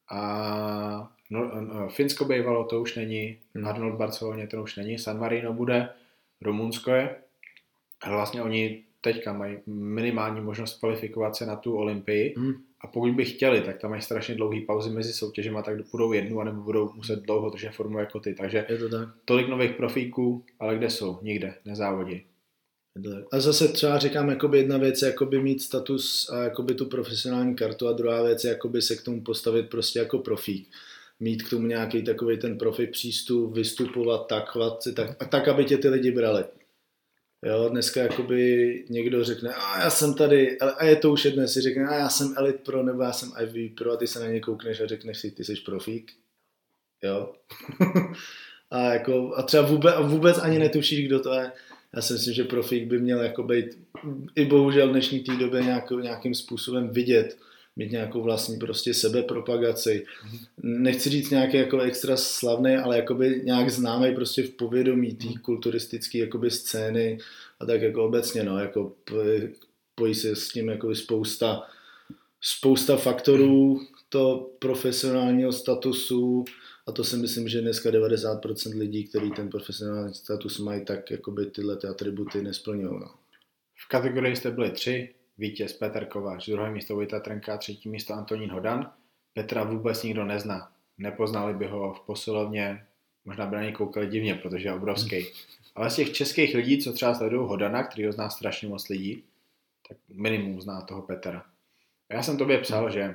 A no, no, Finsko bývalo, to už není, hmm. Arnold Barceloně, to už není, San Marino bude, Rumunsko je, ale vlastně oni teďka mají minimální možnost kvalifikovat se na tu Olympii hmm. a pokud by chtěli, tak tam mají strašně dlouhý pauzy mezi soutěžema, tak budou jednu, anebo budou muset dlouho držet formu jako ty, takže je to tak. Tolik nových profíků, ale kde jsou? Nikde, nezávodí. A zase třeba říkám, jakoby jedna věc je jakoby mít status a jakoby tu profesionální kartu a druhá věc je jakoby se k tomu postavit prostě jako profík. Mít k tomu nějaký takový ten profi přístup, vystupovat tak, chvat si tak, a tak, aby tě ty lidi brali. Jo, dneska jakoby někdo řekne, a já jsem tady, a je to už jedno, si řekne, a já jsem Elite Pro nebo já jsem I V Pro a ty se na ně koukneš a řekneš si, ty jsi profík. Jo. a, jako, a třeba vůbec, vůbec ani netušíš, kdo to je. Já si myslím, že profík by měl jako být i bohužel v dnešní té době nějakou, nějakým způsobem vidět, mít nějakou vlastní prostě sebepropagaci. Nechci říct nějaký jako extra slavný, ale jakoby nějak známý prostě v povědomí té kulturistické jakoby scény a tak jako obecně, no, jako pojí se s tím jakoby spousta, spousta faktorů to profesionálního statusu. A to si myslím, že dneska devadesát procent lidí, kteří ten profesionální status mají, tak jakoby tyhle ty atributy nesplňují. No. V kategorii jste byli tři, vítěz Petr Kovář, druhé místo Vojta Trnka, třetí místo Antonín Hodan. Petra vůbec nikdo nezná. Nepoznali by ho v posilovně, možná by na něj koukali divně, protože je obrovský. Ale z těch českých lidí, co třeba sledují Hodana, který ho zná strašně moc lidí, tak minimum zná toho Petra. A já jsem tobě psal, že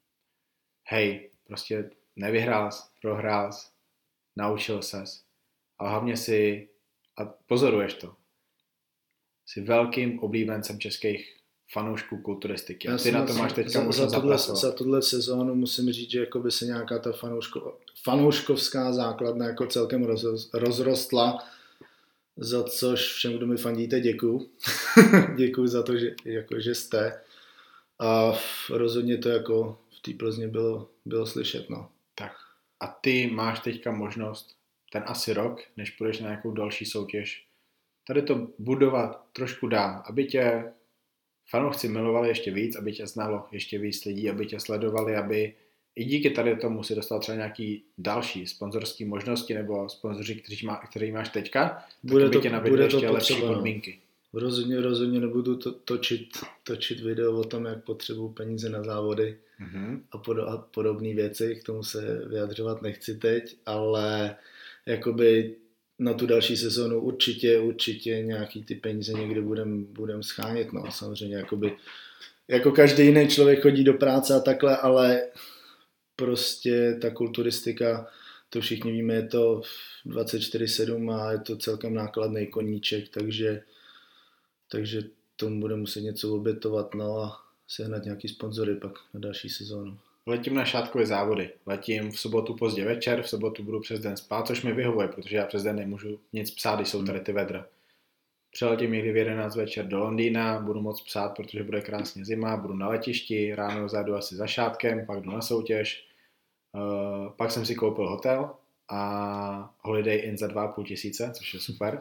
hej, prostě nevyhrál jsi, prohrál jsi, naučil ses, ale hlavně si, a pozoruješ to, jsi velkým oblíbencem českých fanoušků kulturistiky. A ty na to máš teďka možnost zapracovat. Za tuhle sezónu musím říct, že jakoby se nějaká ta fanouško, fanouškovská základna jako celkem roz, rozrostla, za což všem, kdo mi fandíte, děkuju. Děkuju za to, že, jako, že jste. A rozhodně to jako v té Plzni bylo, bylo slyšet, no. Tak a ty máš teďka možnost ten asi rok, než půjdeš na nějakou další soutěž, tady to budovat trošku dál, aby tě fanoušci milovali ještě víc, aby tě znalo ještě víc lidí, aby tě sledovali, aby i díky tady tomu si dostal třeba nějaký další sponzorský možnosti nebo sponzoři, kteří, má, kteří máš teďka, bude tak aby to, tě nabídli ještě lepší potřeba, podmínky. Rozhodně, rozhodně nebudu to, točit, točit video o tom, jak potřebuji peníze na závody mm-hmm. a, pod, a podobné věci, k tomu se vyjadřovat nechci teď, ale jakoby na tu další sezónu určitě, určitě nějaký ty peníze někde budem, budem schánět, no samozřejmě jakoby, jako každý jiný člověk chodí do práce a takhle, ale prostě ta kulturistika, to všichni víme, je to dvacet čtyři sedm a je to celkem nákladný koníček, takže takže tomu bude muset něco obětovat, no a sehnat nějaký sponzory pak na další sezónu. Letím na šátkově závody. Letím v sobotu pozdě večer, v sobotu budu přes den spát, což mi vyhovuje, protože já přes den nemůžu nic psát, když jsou tady ty vedra. Přeletím někdy v jedenáct večer do Londýna, budu moc psát, protože bude krásně zima, budu na letišti, ráno zajdu asi za šátkem, pak jdu na soutěž, uh, pak jsem si koupil hotel a Holiday Inn za dva a půl tisíce, což je super.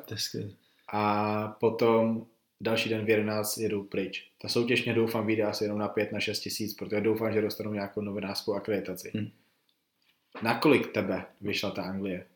A potom další den v jedenáct jedu pryč. Ta soutěž mě doufám vyjde asi jenom na pět na šest tisíc, protože doufám, že dostanu nějakou novinářskou akreditaci. Hmm. Na kolik tebe vyšla ta Anglie?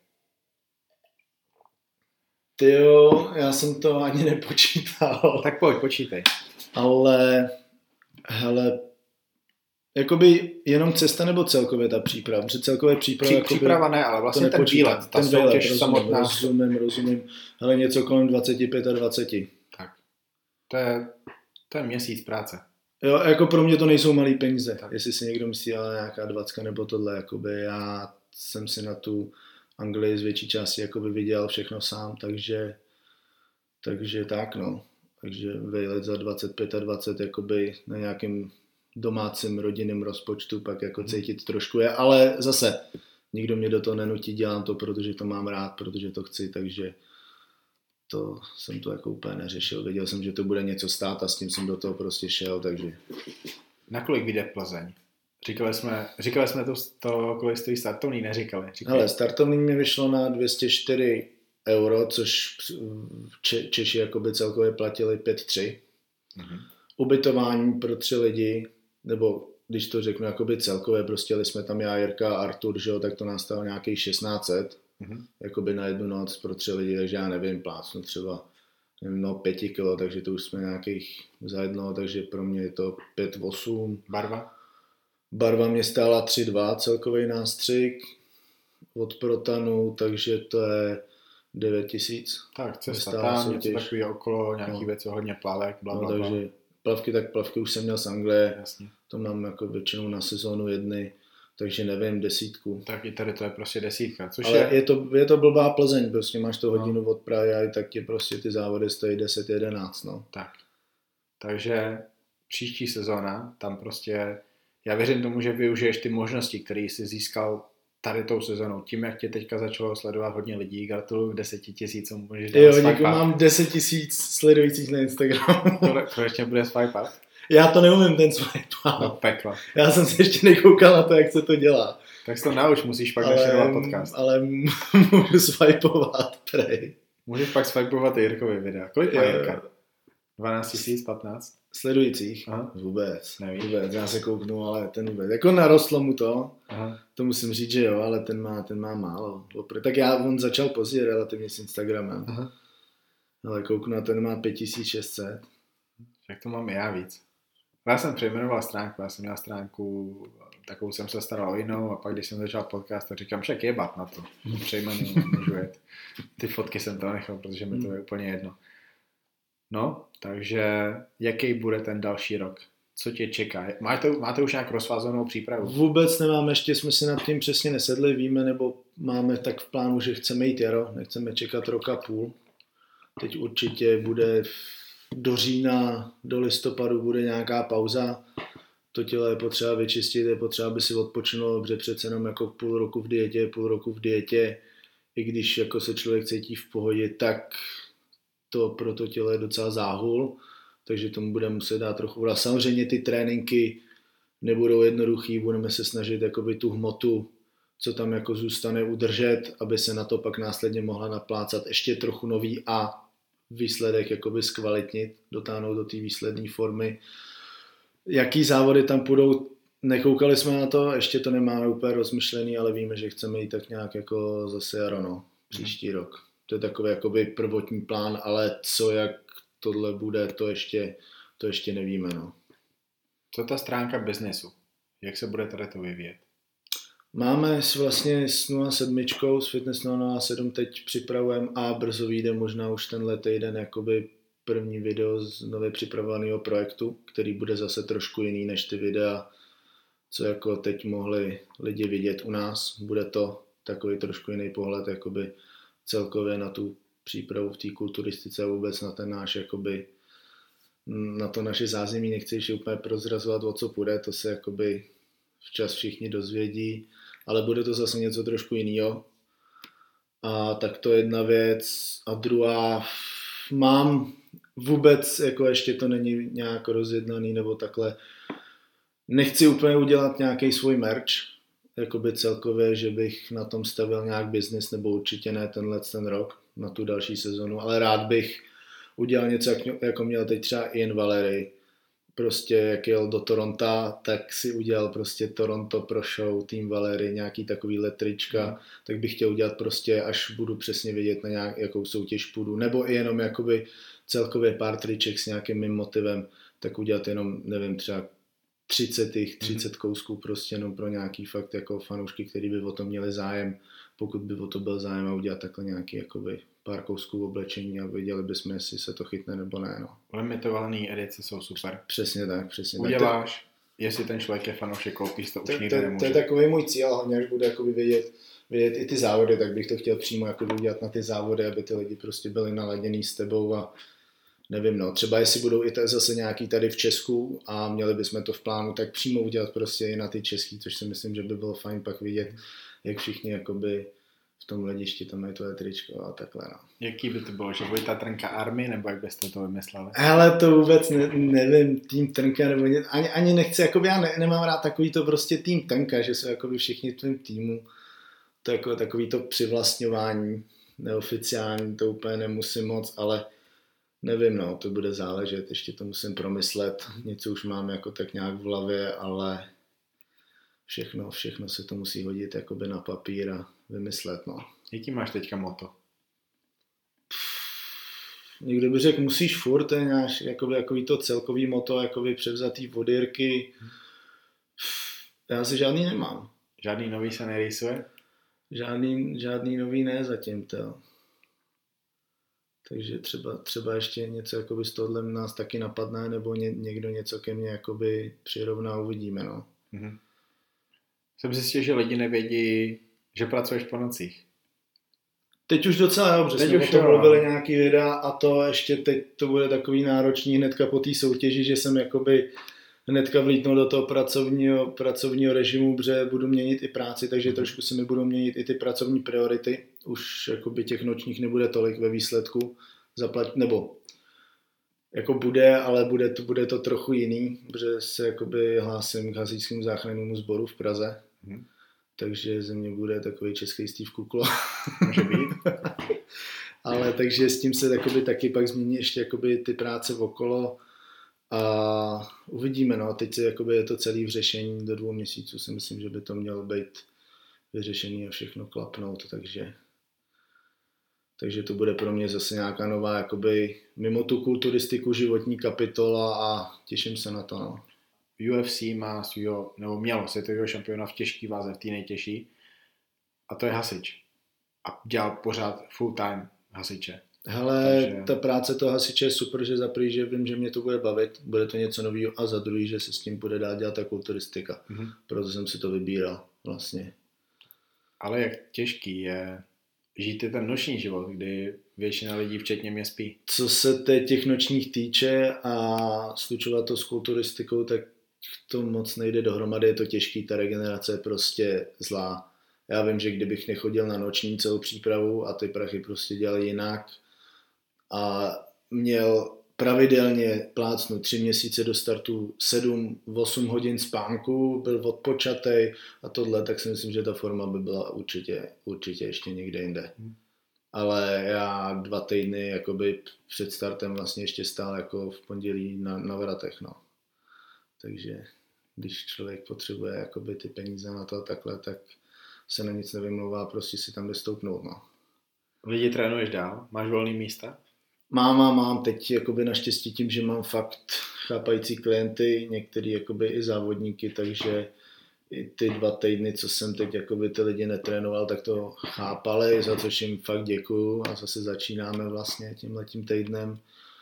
Tyjo, já jsem to ani nepočítal. Tak pojď, počítej. Ale, hele, jakoby jenom cesta nebo celkově ta příprava? Protože celkově příprava... Při, jakoby, příprava ne, ale vlastně ten výlet, ta ten soutěž rozumím, samotná. Rozumím, rozumím. Hele, něco kolem dvacet pět a dvacet. Tak. To je, to je měsíc práce. Jo, jako pro mě to nejsou malý peníze. Tak. Jestli si někdo myslí, ale nějaká dvacka nebo tohle, jakoby já jsem si na tu Anglii z větší části jakoby viděl všechno sám, takže takže tak, no. Takže vejlet za dvacet pět a dvacet jakoby na nějakým domácím rodinným rozpočtu pak jako cítit trošku je, ale zase nikdo mě do toho nenutí, dělám to, protože to mám rád, protože to chci, takže to jsem to jako úplně neřešil. Věděl jsem, že to bude něco stát a s tím jsem do toho prostě šel, takže... Nakolik vyjde Plzeň? Říkali jsme, říkali jsme to, to kolik stojí startovný, neříkali. Říkali. Hele, startovný mi vyšlo na dvě stě čtyři euro, což Če- Češi jakoby celkově platili pět tři. Mm-hmm. Ubytování pro tři lidi, nebo když to řeknu jakoby celkově, prostě jeli jsme tam já, Jirka a Artur, že jo, tak to nás stalo nějakých šestnáct set, mm-hmm. jakoby na jednu noc pro tři lidi, takže já nevím, plácnu třeba nevím, no pěti kilo, takže to už jsme nějakých za jedno, takže pro mě je to pět osm. Barva? Barva mě stála tři dva, celkový nástřik od Protanu, takže to je devět tisíc. Tak cesta tam, něco takový okolo, nějaký no. věci, hodně plavek, blablabla. No, takže plavky, tak plavky už jsem měl z Anglie, jasně. To mám jako většinou na sezónu jedny, takže nevím, desítku. Tak i tady to je prostě desítka, což ale je... je to, je to blbá Plzeň, prostě máš to hodinu no. od Prahy a tak ti prostě ty závody stojí deset jedenáct, no. Tak, takže příští sezóna, tam prostě, já věřím tomu, že využiješ ty možnosti, které jsi získal tady tou sezónou. Tím, jak tě teďka začalo sledovat hodně lidí, gratuluju k deseti tisícům. Jo, děkuji, mám deset tisíc sledujících na Instagramu. Konečně bude swipe up? Já to neumím, ten swipe up. No peklo. Já jsem se ještě nekoukal na to, jak se to dělá. Tak se to nauč, musíš pak našerovat podcast. Ale můžu swipeovat, prej. Můžeš pak swipeovat i Jirkovi videa. Kolik má Jirka? dvanáct tisíc, patnáct? Sledujících? Aha. Vůbec. Nevíš. Vůbec, já se kouknu, ale ten vůbec. Jako narostlo mu to, aha. To musím říct, že jo, ale ten má, ten má málo. Tak já, on začal později relativně s Instagramem. Aha. Ale kouknu na ten má pět tisíc šest set. Tak to mám já víc. Já jsem přejmenoval stránku, já jsem měl stránku, takovou jsem se staral o jinou a pak když jsem začal podcast, tak říkám, však jebat na to. Přejmenuji, můžu jet. Ty fotky jsem to nechal, protože mi to je úplně jedno. No, takže jaký bude ten další rok? Co tě čeká? Máte, máte už nějak rozvázanou přípravu? Vůbec nemám, ještě jsme si nad tím přesně nesedli, víme, nebo máme tak v plánu, že chceme jít jaro, nechceme čekat rok a půl. Teď určitě bude do října, do listopadu bude nějaká pauza. To tělo je potřeba vyčistit, je potřeba, aby si odpočinulo dobře, přece jenom jako půl roku v dietě, půl roku v dietě. I když jako se člověk cítí v pohodě, tak to pro to tělo je docela záhul, takže tomu bude muset dát trochu vlas. Samozřejmě ty tréninky nebudou jednoduchý, budeme se snažit jakoby tu hmotu, co tam jako zůstane, udržet, aby se na to pak následně mohla naplácat ještě trochu nový a výsledek jakoby zkvalitnit, dotáhnout do té výsledné formy. Jaký závody tam půjdou, nekoukali jsme na to, ještě to nemáme úplně rozmyšlený, ale víme, že chceme jít tak nějak jako zase jaro, no, příští hmm. rok. To je takový jakoby prvotní plán, ale co, jak tohle bude, to ještě, to ještě nevíme, no. Co ta stránka biznesu? Jak se bude tady to vyvíjet? Máme vlastně s nula sedm, s Fitness nula sedm teď připravujeme a brzo vyjde možná už tenhle týden jakoby první video z nově připravovaného projektu, který bude zase trošku jiný než ty videa, co jako teď mohli lidi vidět u nás. Bude to takový trošku jiný pohled jakoby celkově na tu přípravu v té kulturistice a vůbec na ten náš jakoby, na to naše zázemí, nechci ještě úplně prozrazovat, o co půjde, to se jakoby včas všichni dozvědí, ale bude to zase něco trošku jiného. A tak to je jedna věc. A druhá, mám vůbec, jako ještě to není nějak rozjednaný nebo takhle, nechci úplně udělat nějaký svůj merch, jakoby celkově, že bych na tom stavil nějak business, nebo určitě ne tenhle ten rok, na tu další sezonu, ale rád bych udělal něco, jako měl teď třeba Ian Valery, prostě jak jel do Toronta, tak si udělal prostě Toronto pro show, Team Valery, nějaký takový letrička, mm. tak bych chtěl udělat prostě, až budu přesně vědět, na nějakou soutěž půjdu, nebo i jenom jakoby celkově pár triček s nějakým mým motivem, tak udělat jenom, nevím, třeba třicet, třicet kousků prostě jenom pro nějaký fakt jako fanoušky, který by o to měli zájem, pokud by o to byl zájem a udělat takhle nějaký jakoby pár kousků v oblečení a věděli bychom, jestli se to chytne nebo ne. No. Limitované edice jsou super. Přesně tak, přesně Uděláš, tak. jestli ten člověk je fanoušek, koupíš to, to už to, nikdy to, nemůže. To je takový můj cíl, hlavně až bude jakoby vědět, vědět i ty závody, tak bych to chtěl přímo jako udělat na ty závody, aby ty lidi prostě byli naladěný s tebou a nevím, no, třeba jestli budou i zase nějaký tady v Česku a měli bychom to v plánu, tak přímo udělat prostě i na ty český, což si myslím, že by bylo fajn pak vidět, jak všichni jakoby v tom hledišti tam mají tvoje tričko a takhle, no. Jaký by to bylo, že bude ta Trnka Army, nebo jak byste to vymysleli? Hele, to vůbec ne, nevím, tým Trnka, nebo ně, ani, ani nechci, jakoby já ne, nemám rád takový to prostě tým Trnka, že jsou jakoby všichni v tvém týmu, to je jako takový to přivlastňování, neoficiální, to úplně nemusím moc, ale nevím, no, to bude záležet, ještě to musím promyslet, něco už mám jako tak nějak v hlavě, ale všechno, všechno se to musí hodit jakoby na papír a vymyslet, no. Jaký máš teďka moto? Někdo by řekl, musíš furt, to je nějak, jakoby, jakoby to celkový moto, jakoby převzatý vodírky. Já si žádný nemám. Žádný nový se nerýsuje? Žádný, žádný nový ne zatím, to. Takže třeba, třeba ještě něco jakoby z tohohle nás taky napadne, nebo ně, někdo něco ke mně jakoby přirovná, uvidíme, no. Mhm. Jsem zjistil, že lidi nevědí, že pracuješ po nocích. Teď už docela dobře, teď jsme už o tom jo, mluvili nějaký videa a to ještě teď to bude takový náročný hnedka po té soutěži, že jsem jakoby hnedka vlítnul do toho pracovního, pracovního režimu, protože budu měnit i práci, takže trošku si mi budou měnit i ty pracovní priority. Už jakoby těch nočních nebude tolik ve výsledku zaplatit, nebo jako bude, ale bude to, bude to trochu jiný, protože se jakoby hlásím k hasičskému záchrannému sboru v Praze. Hmm. Takže ze mě bude takový český Steve Kuklo. Může být. Ale takže s tím se jakoby taky pak změní ještě jakoby ty práce okolo a uvidíme, no. Teď se jakoby je to celý v řešení, do dvou měsíců si myslím, že by to mělo být vyřešený a všechno klapnout, takže takže to bude pro mě zase nějaká nová jakoby mimo tu kulturistiku životní kapitola a těším se na to, no. U F C má svýho, nebo mělo světového šampiona v těžký váze, v té nejtěžší, a to je hasič. A dělal pořád full time hasiče. Hele, takže ta práce toho hasiče je super, že za prvý, že vím, že mě to bude bavit, bude to něco nového a za druhý, že se s tím bude dát dělat ta kulturistika. Mm-hmm. Proto jsem si to vybíral vlastně. Ale jak těžký je žít ten noční život, kdy většina lidí, včetně mě, spí. Co se teď těch nočních týče a slučovat to s kulturistikou, tak to moc nejde dohromady, je to těžký, ta regenerace je prostě zlá. Já vím, že kdybych nechodil na noční celou přípravu a ty prachy prostě dělali jinak a měl pravidelně plácnu tři měsíce do startu sedm osm hodin spánku, byl odpočatej a tohle, tak si myslím, že ta forma by byla určitě, určitě ještě někde jinde. Hmm. Ale já dva týdny jakoby před startem vlastně ještě stál jako v pondělí na, na vratech, no. Takže když člověk potřebuje jakoby ty peníze na to takhle, tak se na nic nevymlouvá, prostě si tam jde stoupnout, no. Lidi trénuješ dál? Máš volný místa? Mám, mám, mám. Teď jakoby naštěstí tím, že mám fakt chápající klienty, některý jakoby i závodníky, takže i ty dva týdny, co jsem teď jakoby ty lidi netrénoval, tak to chápali, za což jim fakt děkuju a zase začínáme vlastně tímhletím týdnem.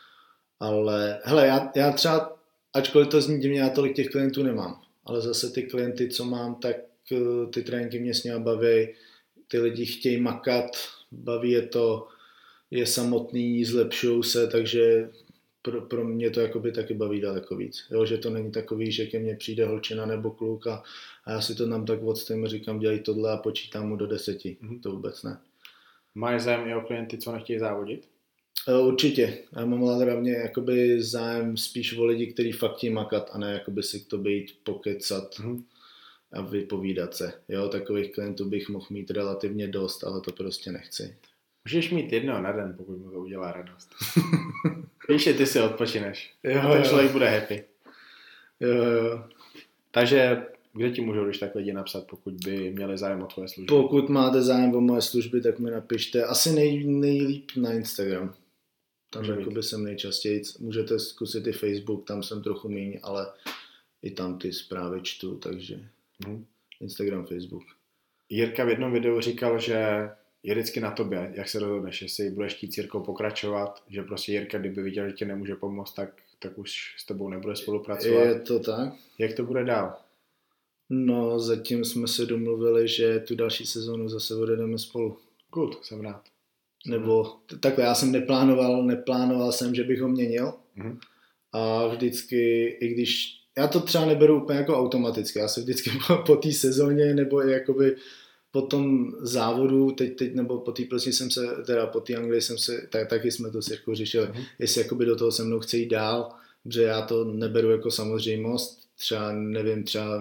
Ale hele, já, já třeba, ačkoliv to zní divně, já tolik těch klientů nemám, ale zase ty klienty, co mám, tak ty tréninky mě s nimi baví, ty lidi chtějí makat, baví je to, je samotný, zlepšují se, takže pro, pro mě to jakoby taky baví daleko víc. Jo, že to není takový, že ke mně přijde holčina nebo kluk a, a já si to tam tak odstojím a říkám, dělej tohle a počítám mu do deseti. Mm-hmm. To vůbec ne. Máš zájem i o klienty, co nechtějí závodit? Určitě. Já mám hlavně jakoby zájem spíš o lidi, kteří fakt chtějí makat a ne jakoby si to být pokecat. Mm-hmm. A vypovídat se. Jo, takových klientů bych mohl mít relativně dost, ale to prostě nechci. Můžeš mít jednoho na den, pokud mu to udělá radost. Víš, že ty si odpočineš. Jo, a ten jo. člověk bude happy. Jo, jo. Takže kde ti můžou když tak lidi napsat, pokud by měli zájem o tvoje služby? Pokud máte zájem o moje služby, tak mi napište. Asi nej, nejlíp na Instagram. Tam jakoby jsem nejčastěji. Můžete zkusit i Facebook, tam jsem trochu míň, ale i tam ty zprávy čtu, takže hmm. Instagram, Facebook. Jirka v jednom videu říkal, že je vždycky na tobě, jak se rozhodneš, jestli budeš chtít s Jirkou pokračovat, že prostě Jirka, kdyby viděl, že tě nemůže pomoct, tak, tak už s tebou nebude spolupracovat. Je to tak? Jak to bude dál? No, zatím jsme se domluvili, že tu další sezónu zase odjedeme spolu. Good, jsem rád. Jsem Nebo rád. takhle, já jsem neplánoval, neplánoval jsem, že bych ho měnil. Mm-hmm. A vždycky, i když, já to třeba neberu úplně jako automaticky, já se vždycky po, po té sezóně, nebo i jakoby po tom závodu, teď, teď nebo po té prostě jsem se, teda po té Anglii jsem se, tak, taky jsme to si jako řešili, mm-hmm. jestli jakoby do toho se mnou chce jít dál, protože já to neberu jako samozřejmost, třeba nevím, třeba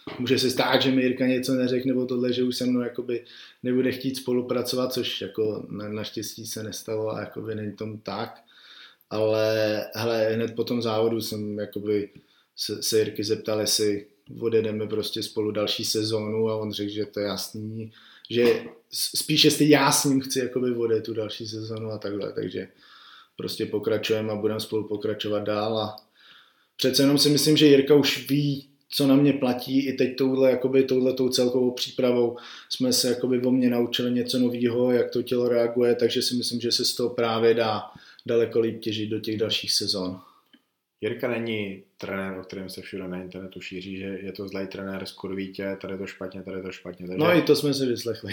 může se stát, že mi Jirka něco neřekne, nebo tohle, že už se mnou jakoby nebude chtít spolupracovat, což jako na, naštěstí se nestalo a jakoby není tomu tak. Ale hele, hned po tom závodu jsem jakoby se, se Jirky zeptal, jestli odjedeme prostě spolu další sezónu a on řekl, že to je jasný, že spíš jestli já s ním chci jakoby odjet tu další sezónu a takhle, takže prostě pokračujeme a budeme spolu pokračovat dál a přece jenom si myslím, že Jirka už ví, co na mě platí, i teď touhle, jakoby, touhletou celkovou přípravou jsme se jakoby o mě naučili něco nového, jak to tělo reaguje, takže si myslím, že se z toho právě dá daleko líp těžit do těch dalších sezon. Jirka není trenér, o kterém se všude na internetu šíří, že je to zlej trenér, skurví tě, tady je to špatně, tady je to špatně. Takže... No i to jsme si vyslechli.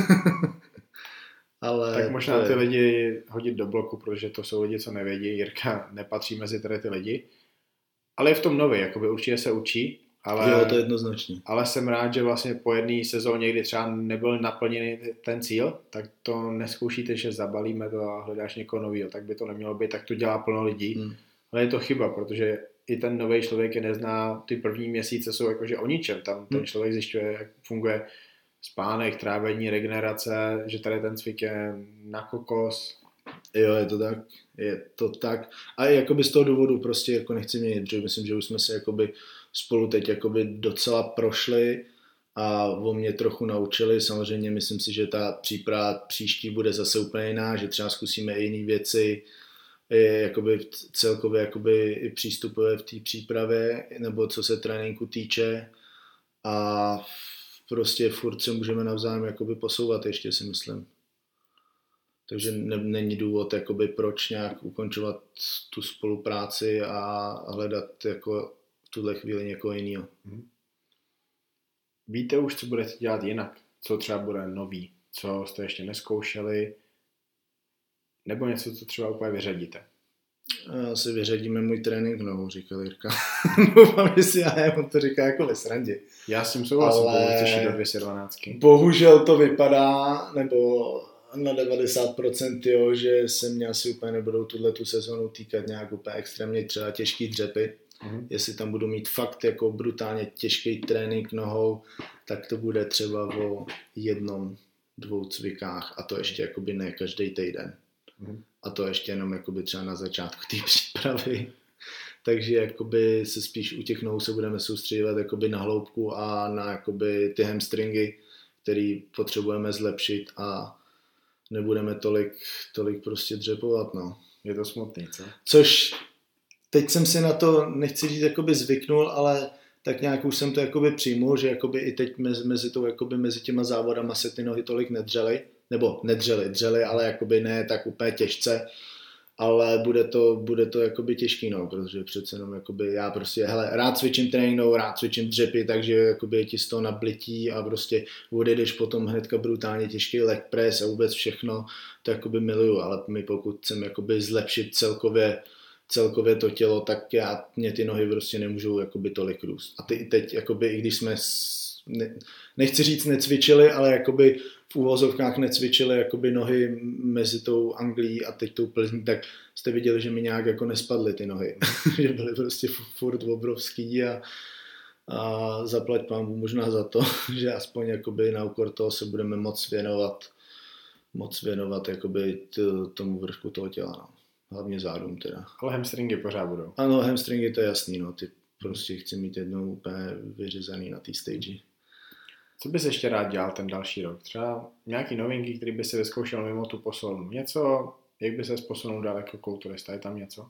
Ale tak možná je... ty lidi hodit do bloku, protože to jsou lidi, co nevědí. Jirka nepatří mezi tady ty lidi. Ale je v tom nový, jakoby určitě se učí. Ale, jo, to je jednoznačně. Ale jsem rád, že vlastně po jedné sezóně, kdy třeba nebyl naplněný ten cíl, tak to neskoušíte, že zabalíme to a hledáš někoho nového, tak by to nemělo být, tak to dělá plno lidí. Hmm. Ale je to chyba, protože i ten nový člověk je nezná, ty první měsíce jsou jakože o ničem, tam ten člověk zjišťuje, jak funguje spánek, trávení, regenerace, že tady ten cvik je na kokos. Jo, je to tak, je to tak. A jakoby z toho důvodu prostě jako nechci měnit, protože myslím, že už jsme se jakoby spolu teď jakoby docela prošli a o mě trochu naučili. Samozřejmě myslím si, že ta příprava příští bude zase úplně jiná, že třeba zkusíme i jiné věci, jakoby celkově jakoby i přístupové v té přípravě, nebo co se tréninku týče a prostě furt se můžeme navzájem jakoby posouvat ještě, si myslím. Takže ne, není důvod, jakoby, proč nějak ukončovat tu spolupráci a hledat jako v tuhle chvíli někoho jiného. Víte už, co budete dělat jinak? Co třeba bude nový? Co jste ještě neskoušeli? Nebo něco, co třeba úplně vyřadíte? Asi vyřadíme můj trénink nohou, říkal Jirka. Doufám, že si já, on to říká jako ve srandě. Já s tím souhlasím, ale do dvě stě dvanáct. Bohužel to vypadá, nebo na devadesát procent, jo, že se mě asi úplně nebudou tuhle tu sezonu týkat nějak úplně extrémně třeba těžký dřepy. Mm-hmm. Jestli tam budu mít fakt jako brutálně těžký trénink nohou, tak to bude třeba o jednom, dvou cvikách a to ještě jakoby ne každý týden. Mm-hmm. A to ještě jenom jakoby třeba na začátku té přípravy. Takže jakoby se spíš u těch nohou se budeme soustředovat jakoby na hloubku a na jakoby ty hamstringy, který potřebujeme zlepšit a nebudeme tolik, tolik prostě dřepovat, no. Je to smutný, co? Což teď jsem si na to, nechci říct, jakoby zvyknul, ale tak nějak už jsem to jakoby přijmul, že jakoby i teď mezi, mezi, tou, jakoby mezi těma závodama se ty nohy tolik nedřely, nebo nedřely, dřely, ale jakoby ne tak úplně těžce, ale bude to, bude to jakoby těžký, no, protože přece jenom jakoby já prostě, hele, rád cvičím tréninkou, rád cvičím dřepy, takže jakoby je ti z toho nablití a prostě odjedeš potom hnedka brutálně těžký leg press a vůbec všechno, to jakoby miluju, ale my pokud chcem jakoby zlepšit celkově, celkově to tělo, tak já, mě ty nohy prostě nemůžou jakoby tolik růst. A ty i teď, jakoby, i když jsme, ne, nechci říct necvičili, ale jakoby v úvozovkách necvičili jakoby nohy mezi tou Anglií a teď tou Plzní, tak jste viděli, že mi nějak jako nespadly ty nohy. Že byly prostě furt obrovský a, a zaplať pámu možná za to, že aspoň jakoby na úkor toho se budeme moc věnovat, moc věnovat jakoby t, tomu vršku toho těla, no. Hlavně zádům teda. Ale hamstringy pořád budou. Ano, hamstringy to je jasný, no. Ty prostě chci mít jednou úplně vyřezaný na té stage. Co bys ještě rád dělal ten další rok? Třeba nějaký novinky, který by si vyzkoušel mimo tu posilnu. Něco, jak by ses posunul dál jako kulturista? Je tam něco?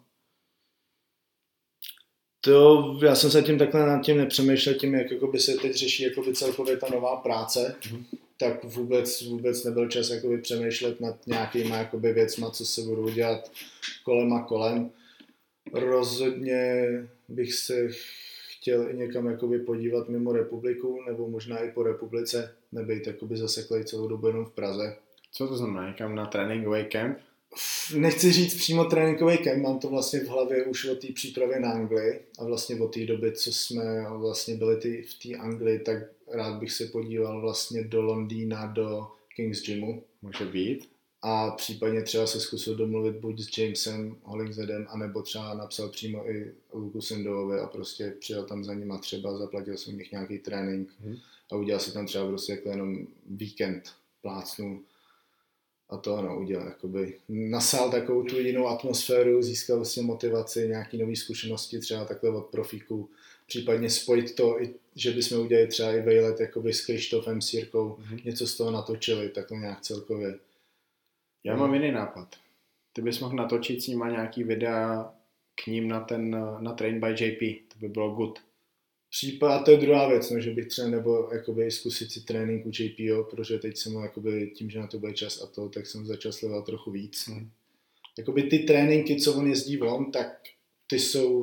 To, já jsem se tím takhle nad tím nepřemýšlel, tím, jak jakoby se teď řeší jakoby celkově ta nová práce, mm-hmm. tak vůbec, vůbec nebyl čas jakoby přemýšlet nad nějakýma jakoby věcma, co se budou dělat kolem a kolem. Rozhodně bych se chtěl i někam jakoby podívat mimo republiku, nebo možná i po republice, nebejt jakoby zaseklej celou dobu jenom v Praze. Co to znamená? Někam na tréninkový kemp? Nechci říct přímo tréninkový kemp, mám to vlastně v hlavě už od té přípravy na Anglii a vlastně od té doby, co jsme vlastně byli ty, v té Anglii, tak rád bych se podíval vlastně do Londýna, do King's Gymu. Může být. a případně třeba se zkusil domluvit buď s Jamesem Hollingsheadem, anebo třeba napsal přímo i Luku Sindovovi a prostě přijel tam za nima třeba, zaplatil jsem nich nějaký trénink hmm. a udělal si tam třeba prostě jako jenom víkend plácnu a to ano, udělal, jakoby nasál takovou tu jinou atmosféru, získal vlastně motivaci, nějaký nový zkušenosti třeba takhle od profíků, případně spojit to, i, že bychom udělali třeba i vejlet jakoby s Krištofem, s Jirkou, hmm. něco z toho natočili, takhle nějak celkově. Já mám jiný nápad. Ty bys mohl natočit s nima nějaký videa k ním na ten, na Train by J P. To by bylo good. Případ, a to je druhá věc, no, že bych třeba nebo jakoby zkusit si trénink u J P O, protože teď jsem jakoby, tím, že na to bude čas a to, tak jsem začal sledovat trochu víc. Hmm. Jakoby ty tréninky, co on jezdí on, tak ty jsou,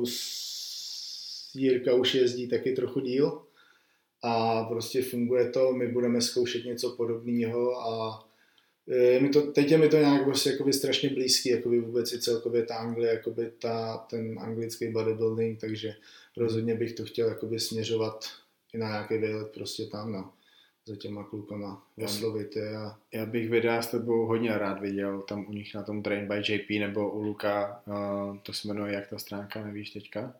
Jirka už jezdí taky trochu díl a prostě funguje to, my budeme zkoušet něco podobného a Je mi to, teď je mi to nějak prostě jakoby strašně blízký, jakoby vůbec i celkově ta Anglie, jakoby ta, ten anglický bodybuilding, takže rozhodně bych to chtěl jakoby směřovat i na nějaký výlet prostě tam, no, za těma klukama, oslovit je a... Já bych videa s tebou hodně rád viděl, tam u nich na tom Train by J P nebo u Luka, uh, to se jmenuje jak ta stránka, nevíš teďka?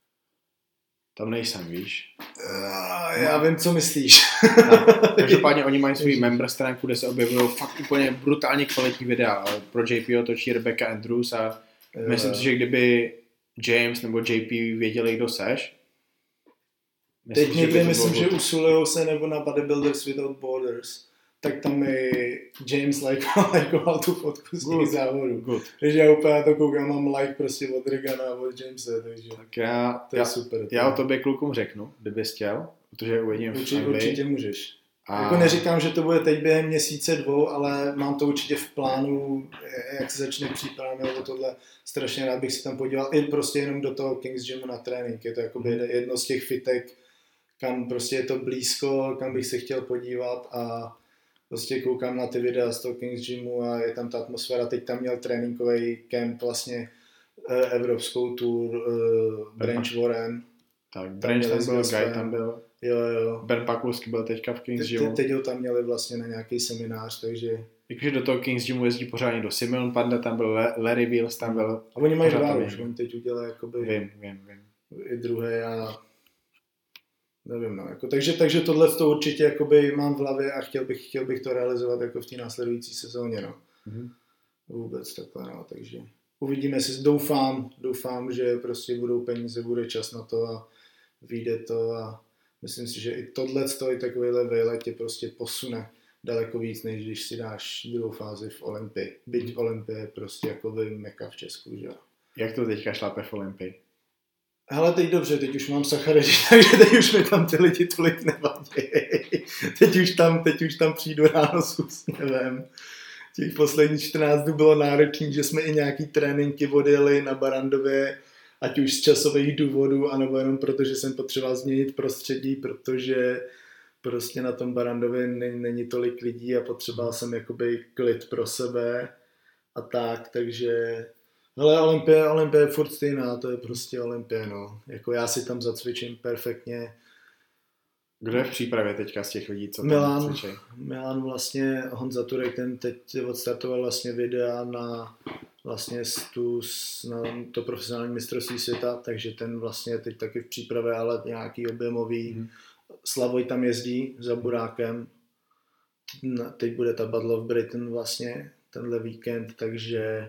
Tam nejsem, víš? Uh, já vím, co myslíš. Tak, každopádně oni mají svůj member stránku, kde se objevují fakt úplně brutálně kvalitní videa. Pro J P O točí Rebecca Andrews a uh. myslím si, že kdyby James nebo J P věděli, kdo seš. Myslím, teď někde myslím, že usilujou se nebo na Bodybuilders Without Borders, tak tam mi James lajkoval tu fotku z těch závodů. Takže já úplně na to koukám, mám like prostě od Regana a od Jamese, takže tak já, to je já, super. Já o tobě klukům řeknu, kdybys chtěl, protože uvidím Určitě, v Anglii. určitě můžeš. A... Jako neříkám, že to bude teď během měsíce dvou, ale mám to určitě v plánu, jak se začne příprava nebo tohle, strašně rád bych si tam podíval, i prostě jenom do toho Kings Gymu na trénink, je to jako jedno z těch fitek, kam prostě je to blízko, kam bych se chtěl podívat a prostě koukám na ty videa z toho Kings Gymu a je tam ta atmosféra, teď tam měl tréninkový kemp vlastně evropskou tour uh, Branch Warren. Tak, Branch tam byl, Guy tam byl. Jo, jo. Ben Pakulský byl teďka v Kings Te, Gymu. teď ho tam měli vlastně na nějaký seminář, takže... Jakože do toho Kings Gymu jezdí pořád někdo. Simeon Panda tam byl, Larry Wills tam byl. A oni mají dva už, oni teď udělají jakoby... Vím, vím, vím. I druhé a... Nevím, no, jako, takže, takže tohle to určitě jakoby mám v hlavě a chtěl bych, chtěl bych to realizovat jako v té následující sezóně, no. Mm-hmm. Vůbec takhle, no, takže uvidíme si, doufám, doufám, že prostě budou peníze, bude čas na to a vyjde to a myslím si, že i tohle i takovýhle výlet tě prostě posune daleko víc, než když si dáš druhou fázi v Olympii. Byť Olympie je prostě jako meka v Česku, že jo. Jak to teďka šlape v Olympii? Hele, teď dobře, teď už mám sacharidy, takže teď už mi tam ty lidi tolik nevadí. Teď už tam, teď už tam přijdu ráno s úsměvem. Těch posledních čtrnáct dnů bylo náročné, že jsme i nějaký tréninky odjeli na Barandově, ať už z časových důvodů, anebo jenom proto, že jsem potřeboval změnit prostředí, protože prostě na tom Barandově není, není tolik lidí a potřeboval jsem jakoby klid pro sebe a tak, takže... Hele, Olympie, Olympie je furt stejná, to je prostě Olympie, no. Jako já si tam zacvičím perfektně. Kdo je v přípravě teďka z těch lidí, co tam Milan, cvičí? Milan vlastně, Honza Turek, ten teď odstartoval vlastně videa na vlastně tu, na to profesionální mistrovství světa, takže ten vlastně teď taky v přípravě, ale nějaký objemový. Hmm. Slavoj tam jezdí za Burákem. Teď bude ta Battle of Britain vlastně, tenhle víkend, takže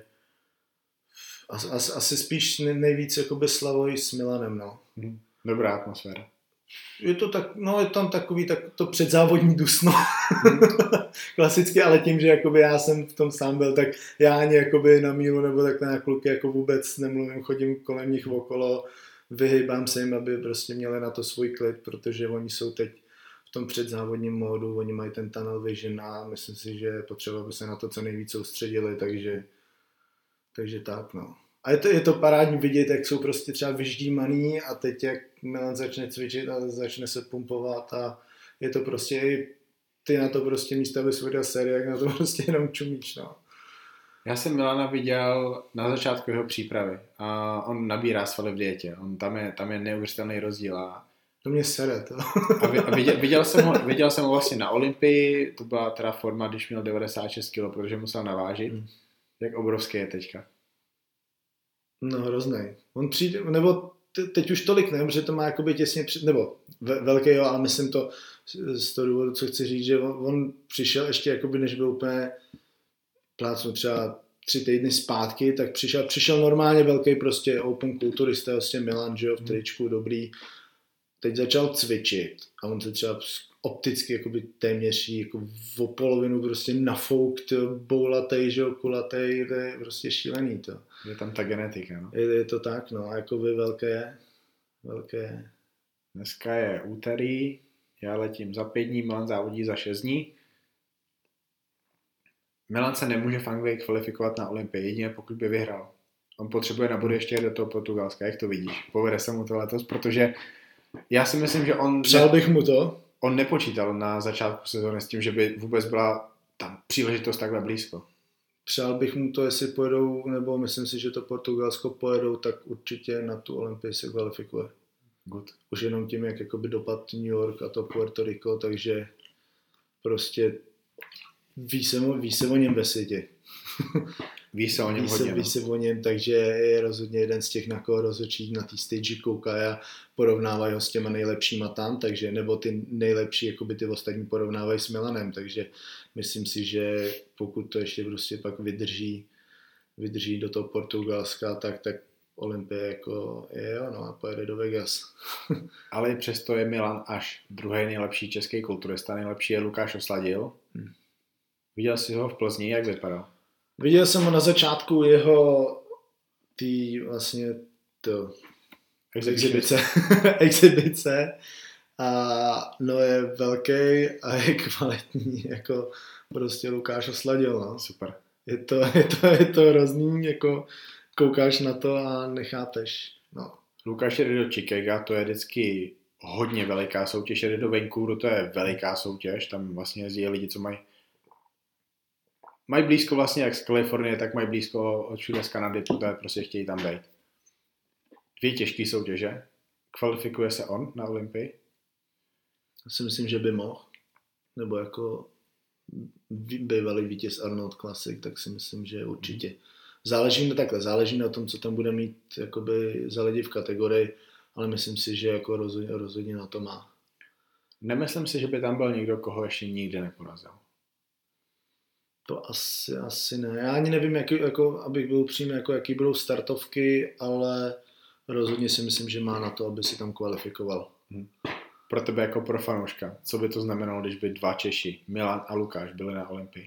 As, as, asi spíš nejvíc jakoby Slavoj s Milanem, no. Dobrá atmosféra. Je to tak, no je tam takový tak to předzávodní dusno. Klasicky, ale tím, že jakoby já jsem v tom sám byl, tak já ani jakoby na míru nebo tak na kluky jako vůbec nemluvím, chodím kolem nich okolo, vyhýbám se jim, aby prostě měli na to svůj klid, protože oni jsou teď v tom předzávodním módu, oni mají ten tunnel vision a myslím si, že je potřeba, aby se na to co nejvíc soustředili, takže Takže tak, no. A je to, je to parádní vidět, jak jsou prostě třeba vyždímaný a teď jak Milan začne cvičit a začne se pumpovat a je to prostě, ty na to prostě místo, aby jsi viděl série, jak na to prostě jenom čumíš, no. Já jsem Milana viděl na začátku jeho přípravy a on nabírá svaly v dietě, on tam je, tam je neuvěřitelný rozdíl a To mě sere, to. A, vy, a viděl, viděl, jsem ho, viděl jsem ho vlastně na Olympii, to byla teda forma, když měl devadesát šest kilo, protože musel navážit. Hmm. Jak obrovský je teďka? No hroznej. On přijde, nebo te, teď už tolik ne, protože to má jakoby těsně, při, nebo ve, velký jo, ale myslím to z toho důvodu, co chci říct, že on, on přišel ještě jakoby, než byl úplně plácnu třeba tři týdny zpátky, tak přišel, přišel normálně velký prostě open kulturista, vlastně Milan, že jo, v tričku, dobrý. Teď začal cvičit a on se třeba opticky jakoby téměř jako o polovinu prostě nafouk, to boulatej, že jo, kulatej, to je prostě šílený to. Je tam ta genetika, no. Je, je to tak, no, a jakoby velké, velké. Dneska je úterý, já letím za pět dní, Milan závodí za šest dní. Milan se nemůže v Anglii kvalifikovat na Olympii, jedině pokud by vyhrál. On potřebuje na body ještě do toho Portugalska, jak to vidíš? Povede se mu to letos, protože já si myslím, že on... Přál bych mu to. On nepočítal na začátku sezóny s tím, že by vůbec byla tam příležitost takhle blízko. Přál bych mu to, jestli pojedou, nebo myslím si, že to Portugalsko pojedou, tak určitě na tu Olympii se kvalifikuje. Good. Už jenom tím, jak jakoby dopad New York a to Puerto Rico, takže prostě ví se, ví se o něm ve světě. Ví se o něm ví hodně. Se, no. Ví se o něm, takže je rozhodně jeden z těch, na koho rozhodčí na té stage koukají a porovnávají ho s těma nejlepšíma tam, takže, nebo ty nejlepší, jakoby ty ostatní porovnávají s Milanem, takže myslím si, že pokud to ještě prostě pak vydrží, vydrží do toho Portugalska, tak, tak Olympie jako je jo, no a pojede do Vegas. Ale i přesto je Milan až druhý nejlepší český kulturista, nejlepší je Lukáš Osladil. Hmm. Viděl jsi ho v Plzni, jak vypadal? Viděl jsem ho na začátku jeho tý vlastně to exibice, exibice a no je velký a je kvalitní, jako prostě Lukáš Osladil, no. Super. Je to, je to, je to hrozný, jako koukáš na to a nechápeš, no. Lukáš jde do Chicaga, to je vždycky hodně veliká soutěž, jde do Vancouveru, to je veliká soutěž, tam vlastně jezdí lidi, co mají Mají blízko vlastně jak z Kalifornie, tak mají blízko od všude z Kanady, protože prostě chtějí tam být. Dvě těžké soutěže. Kvalifikuje se on na Olympii? Já si myslím, že by mohl. Nebo jako bývalý vítěz Arnold Classic, tak si myslím, že určitě. Záleží na takhle, záleží na tom, co tam bude mít jakoby za lidi v kategorii, ale myslím si, že jako rozhodně, rozhodně na to má. Nemyslím si, že by tam byl někdo, koho ještě nikdy neporazil. To asi, asi ne. Já ani nevím, jaký, jako, abych byl upřímný, jako, jaký budou startovky, ale rozhodně si myslím, že má na to, aby si tam kvalifikoval. Hmm. Pro tebe jako pro fanouška, co by to znamenalo, když by dva Češi, Milan a Lukáš, byli na Olympii?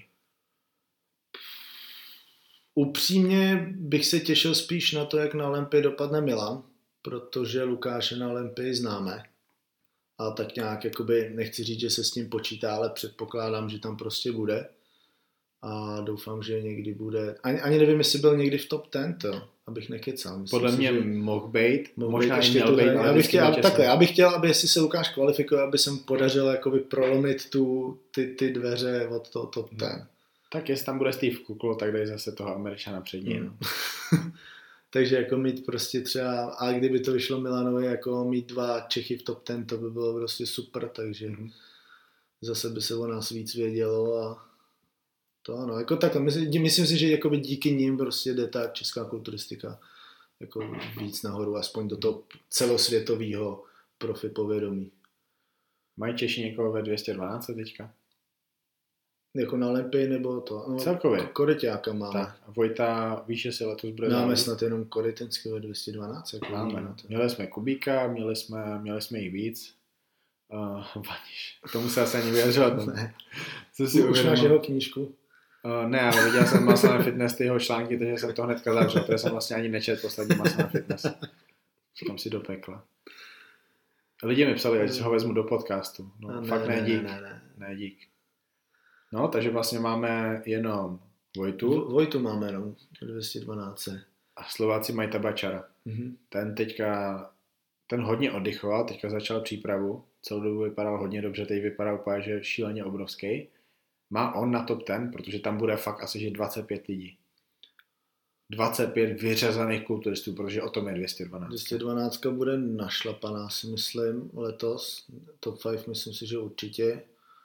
Upřímně bych se těšil spíš na to, jak na Olympii dopadne Milan, protože Lukáše na Olympii známe. A tak nějak, jakoby, nechci říct, že se s tím počítá, ale předpokládám, že tam prostě bude. A doufám, že někdy bude. Ani, ani nevím, jestli byl někdy v top deset, to, abych nekecal. Myslím Podle si, mě že mohl být, mohl možná být i ještě měl být, já bych chtěl, takhle, já bych chtěl, aby jestli se Lukáš kvalifikuje, aby se mu podařilo jakoby prolomit tu, ty, ty dveře od toho top deset. Tak jestli tam bude Steve Kuklo, tak dej zase toho Američana před ním. Mm. Takže jako mít prostě třeba, a kdyby to vyšlo Milanovi, jako mít dva Čechy v top deset, to by bylo prostě super, takže mm. zase by se o nás víc vědělo a to ano, jako takhle, myslím, myslím si, že jakoby díky nim prostě jde ta česká kulturistika jako víc nahoru, aspoň do toho celosvětového profi povědomí. Mají Češi někoho ve dvě stě dvanáct teďka? Jako na Olympii nebo to? No, celkově. Koryťáka máme. Tak, a Vojta, víš, že se letos bude Máme závodit? snad jenom Korytenský ve dvě stě dvanáct. Jako máme, no. Měli jsme Kubíka, měli jsme, měli jsme jich víc. Uh, Vaniš, k tomu se asi ani vyjadřovat. Ne. Co si Už máš jeho knížku? Uh, ne, ale viděl jsem Muscle and Fitness, ty jeho články, takže jsem to hnedka zavřel, protože jsem vlastně ani nečetl poslední Muscle and Fitness. Tam si do pekla. Lidi mi psali, ať si ho vezmu do podcastu. No, no, fakt ne, ne, dík. Ne, ne, ne, dík. No, takže vlastně máme jenom Vojtu. Vojtu máme jenom dvě stě dvanáct. A Slováci mají Tabačara. Mm-hmm. Ten teďka, ten hodně oddychoval, teďka začal přípravu. Celou dobu vypadal hodně dobře, teď vypadal úplně, že je šíleně obrovský. Má on na top deset, protože tam bude fakt asi že dvacet pět lidí. dvacet pět vyřazených kulturistů, protože o tom je dvě stě dvanáct. dvě stě dvanáct bude našlapaná, si myslím, letos. Top pět myslím si, že určitě.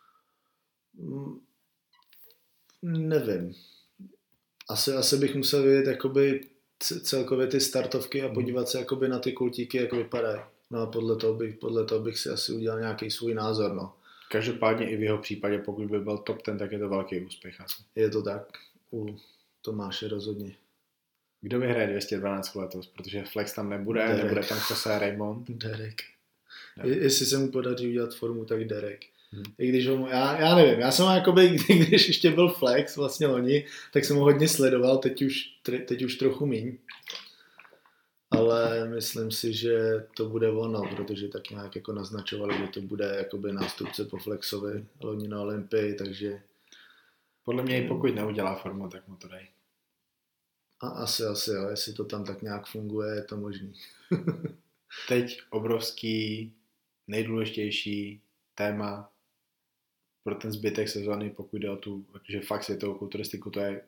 Nevím. Asi, asi bych musel vidět jakoby celkově ty startovky a podívat se jakoby na ty kultíky, jak vypadají. No a podle toho, bych, podle toho bych si asi udělal nějaký svůj názor. No. Každopádně i v jeho případě, pokud by byl top ten, tak je to velký úspěch asi. Je to tak. U Tomáše rozhodně. Kdo vyhraje dvě stě dvanáct letos? Protože Flex tam nebude, Derek. Nebude tam Jose Raymond. Derek. Je, jestli se mu podaří udělat formu, tak Derek. Hmm. I když ho, já, já nevím, já jsem jakoby, když ještě byl Flex vlastně loni, tak jsem ho hodně sledoval, teď už, teď už trochu míň. Ale myslím si, že to bude ono, protože tak nějak jako naznačovali, že to bude jakoby nástupce po Flexovi loni na Olympii, takže... Podle mě i pokud neudělá formu, tak mu to dej. A asi, asi, jo, jestli to tam tak nějak funguje, je to možný. Teď obrovský, nejdůležitější téma pro ten zbytek sezóny, pokud jde o tu, že fakt světovou kulturistiku, to je,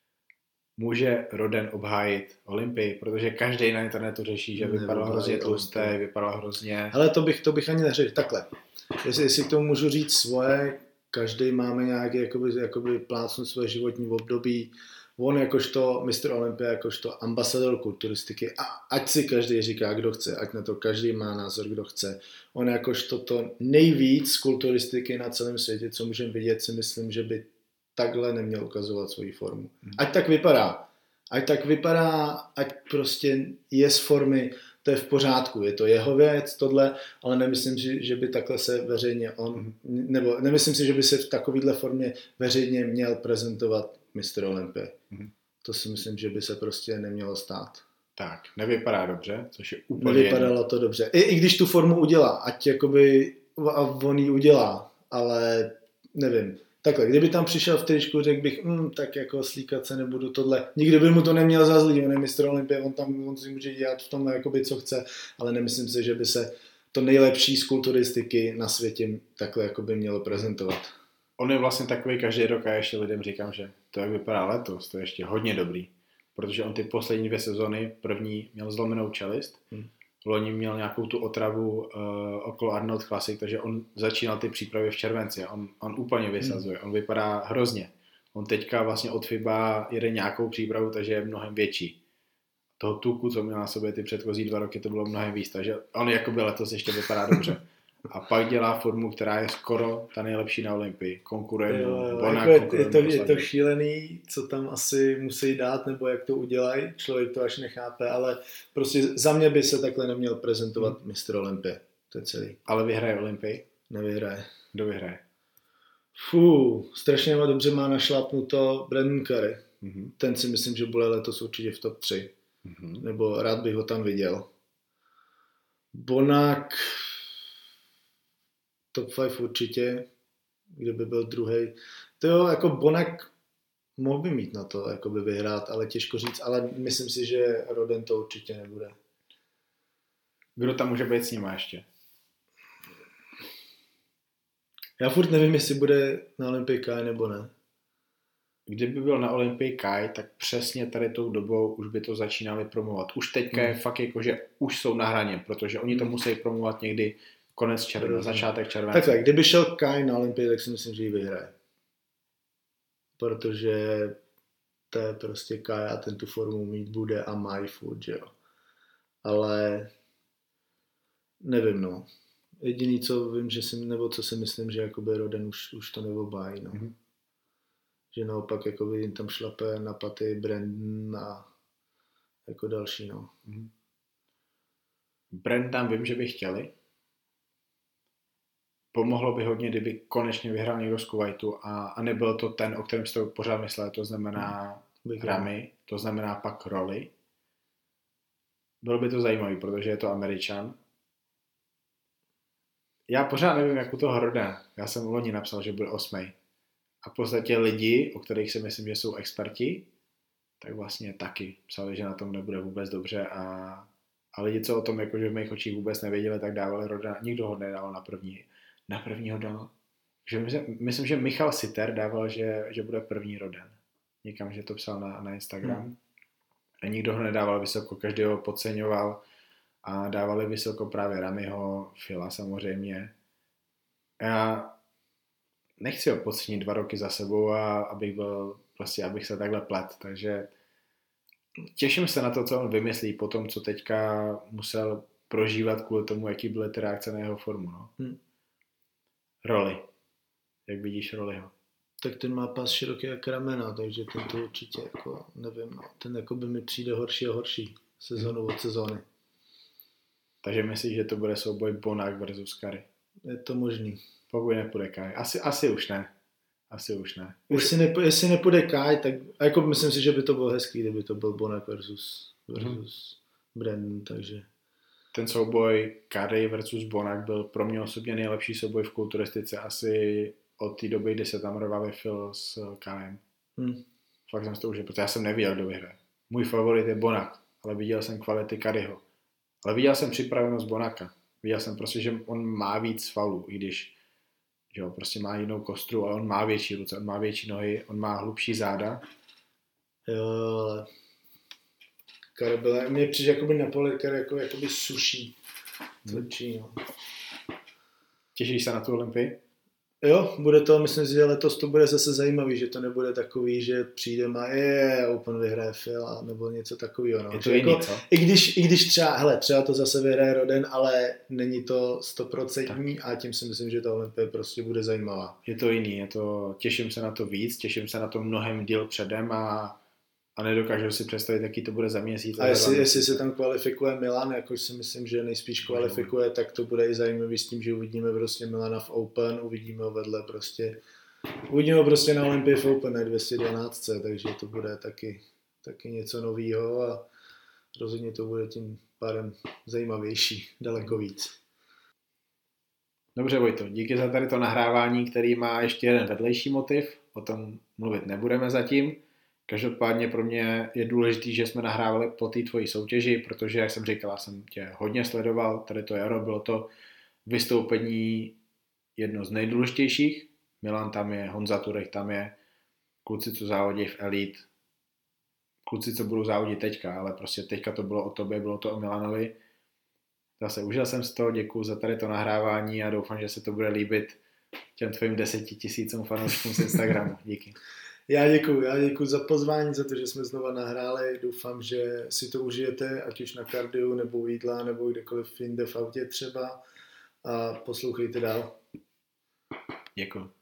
může Roden obhájit Olympii, protože každý na internetu řeší, že vypadal hrozně tlustý, vypadal hrozně... Ale to bych, to bych ani neřekl takhle. Jestli, jestli k tomu můžu říct svoje, každý máme nějaký jakoby, jakoby plácnout své životní období. On jakožto mistr Olympia, jakožto ambasador kulturistiky, a ať si každý říká, kdo chce, ať na to každý má názor, kdo chce. On jakožto to nejvíc kulturistiky na celém světě, co můžeme vidět, si myslím, že by takhle neměl ukazovat svoji formu. Ať tak vypadá. Ať tak vypadá, ať prostě je z formy, to je v pořádku. Je to jeho věc, tohle, ale nemyslím si, že by takhle se veřejně on, nebo nemyslím si, že by se v takovéhle formě veřejně měl prezentovat mistr Olympie. Mm-hmm. To si myslím, že by se prostě nemělo stát. Tak, nevypadá dobře, což je úplně... Nevypadalo to dobře. I, i když tu formu udělá, ať jakoby a on ji udělá, ale nevím. Takhle, kdyby tam přišel v tričku, řekl bych, mm, tak jako slíkat se nebudu tohle. Nikdy by mu to neměl za zlý, on je mistr Olympie, on tam on si může dělat v tom, jakoby, co chce, ale nemyslím si, že by se to nejlepší z kulturistiky na světě takhle jakoby mělo prezentovat. On je vlastně takový každý rok a ještě lidem říkám, že to, jak vypadá letos, to je ještě hodně dobrý, protože on ty poslední dvě sezony, první měl zlomenou čelist, hmm. loni měl nějakou tu otravu uh, okolo Arnold Classic, takže on začínal ty přípravy v červenci a on, on úplně vysazuje, hmm. on vypadá hrozně. On teďka vlastně od FIBA jede nějakou přípravu, takže je mnohem větší. Toho tuku, co měl na sobě ty předchozí dva roky, to bylo mnohem víc, takže on jakoby letos ještě vypadá dobře. A pak dělá formu, která je skoro ta nejlepší na Olympii. Konkuruje mu Bona, jako je, to, je to šílený, co tam asi musí dát, nebo jak to udělají. Člověk to až nechápe, ale prostě za mě by se takhle neměl prezentovat hmm. mistr Olympie. To je celý. Ale vyhraje Olympii? Nevyhraje. Kdo vyhraje? Fú, strašně má dobře má našlápnuto Brandon Curry. Mm-hmm. Ten si myslím, že bude letos určitě v top tři. Mm-hmm. Nebo rád bych ho tam viděl. Bonak top pět určitě, kdyby byl druhý. To jo, jako Bonak mohl by mít na to jakoby vyhrát, ale těžko říct, ale myslím si, že Roden to určitě nebude. Kdo tam může být s ním ještě? Já furt nevím, jestli bude na Olympii Kai nebo ne. Kdyby byl na Olympii Kai, tak přesně tady tou dobou už by to začínali promovat. Už teďka hmm. je fakt jako, že už jsou na hraně, protože oni to musí promovat někdy konec června, začátek července. Takhle, kdyby šel Kai na Olympii, tak si myslím, že ji vyhraje. Protože to je prostě Kai a ten tu formu mít bude a má ji furt, že jo. Ale nevím, no. Jediný, co vím, že si, nebo co si myslím, že jakoby Roden už, už to neobájí, no. Mm-hmm. Že naopak jakoby jim tam šlape na paty Brandon a jako další, no. Mm-hmm. Brandon vím, že by chtěli. Pomohlo by hodně, kdyby konečně vyhrál někdo z Kuwaitu a, a nebyl to ten, o kterém jste pořád mysleli, to znamená mm. Rami, to znamená pak Rolly. Bylo by to zajímavý, protože je to Američan. Já pořád nevím, jak u toho Rodena. Já jsem v loni napsal, že byl osmý. A v podstatě lidi, o kterých si myslím, že jsou experti, tak vlastně taky psali, že na tom nebude vůbec dobře a, a lidi, co o tom jakože v mých očích vůbec nevěděli, tak dávali Rodena. Nikdo ho nedával na první. Na prvního dal. Že myslím, myslím, že Michal Sitter dával, že, že bude první Roden. Někam, že to psal na, na Instagram. Hmm. A nikdo ho nedával vysoko, každý ho podceňoval a dávali vysoko právě Ramiho, Phila samozřejmě. Já nechci ho podcenit dva roky za sebou a abych byl, prostě abych se takhle plet, takže těším se na to, co on vymyslí po tom, co teďka musel prožívat kvůli tomu, jaký byly ty reakce na jeho formu. No. Hmm. Roli. Jak vidíš Roliho? Tak ten má pas široký jak ramena, takže ten to určitě, jako, nevím, no, ten jako by mi přijde horší a horší sezonu od sezóny. Takže myslíš, že to bude souboj Bonac versus Curry? Je to možný. Pokud nepůjde Kai. Asi, asi už ne. Asi už ne. Jestli, nepo, jestli nepůjde Kai, tak jako myslím si, že by to bylo hezký, kdyby to byl Bonac versus, versus hmm. Brandon, takže... Ten souboj Curry versus Bonac byl pro mě osobně nejlepší souboj v kulturistice asi od té doby, kdy se tam rovali Phil s Kajem. Hmm. Fakt jsem to užil, protože já jsem neviděl, kdo vyhraje. Můj favorit je Bonac, ale viděl jsem kvality Curryho. Ale viděl jsem připravenost Bonaca. Viděl jsem prostě, že on má víc faulů, i když že jo, prostě má jinou kostru, ale on má větší ruce, on má větší nohy, on má hlubší záda. Jo, ale Curry byl, mě přijde jakoby na poli, Curry jako, jakoby suší. Tvrdší, no. Těšíš se na tu Olympii? Jo, bude to, myslím si, že letos to bude zase zajímavý, že to nebude takový, že přijde a je, Open vyhraje Phil, nebo něco takového. No. Je to jiný, jako, co? I když, I když třeba, hele, třeba to zase vyhraje Roden, ale není to stoprocentní a tím si myslím, že ta Olympie prostě bude zajímavá. Je to jiný, je to, těším se na to víc, těším se na to mnohem díl předem a a nedokážu si představit, jaký to bude za měsíc. A jestli, jestli se tam kvalifikuje Milan, jakož si myslím, že nejspíš kvalifikuje, tak to bude i zajímavý s tím, že uvidíme prostě Milana v Open, uvidíme ho vedle prostě, uvidíme ho prostě na Olympii v Open, ne dvě stě dvanáct, takže to bude taky, taky něco novýho a rozhodně to bude tím pádem zajímavější, daleko víc. Dobře, Vojto, díky za tady to nahrávání, který má ještě jeden vedlejší motiv, o tom mluvit nebudeme zatím. Každopádně pro mě je důležitý, že jsme nahrávali po té tvojí soutěži, protože, jak jsem říkal, jsem tě hodně sledoval, tady to jaro bylo to vystoupení jedno z nejdůležitějších. Milan tam je, Honza Turek tam je, kluci, co závodí v Elite, kluci, co budou závodit teďka, ale prostě teďka to bylo o tobě, bylo to o Milanovi. Zase užil jsem z toho, děkuju za tady to nahrávání a doufám, že se to bude líbit těm tvojim deseti tisícům fanouškům z Instagramu. Díky. Já děkuju, já děkuju za pozvání, za to, že jsme znova nahráli. Doufám, že si to užijete, ať už na kardiu, nebo u jídla, nebo kdekoliv jinde v autě třeba. A poslouchejte dál. Děkuju.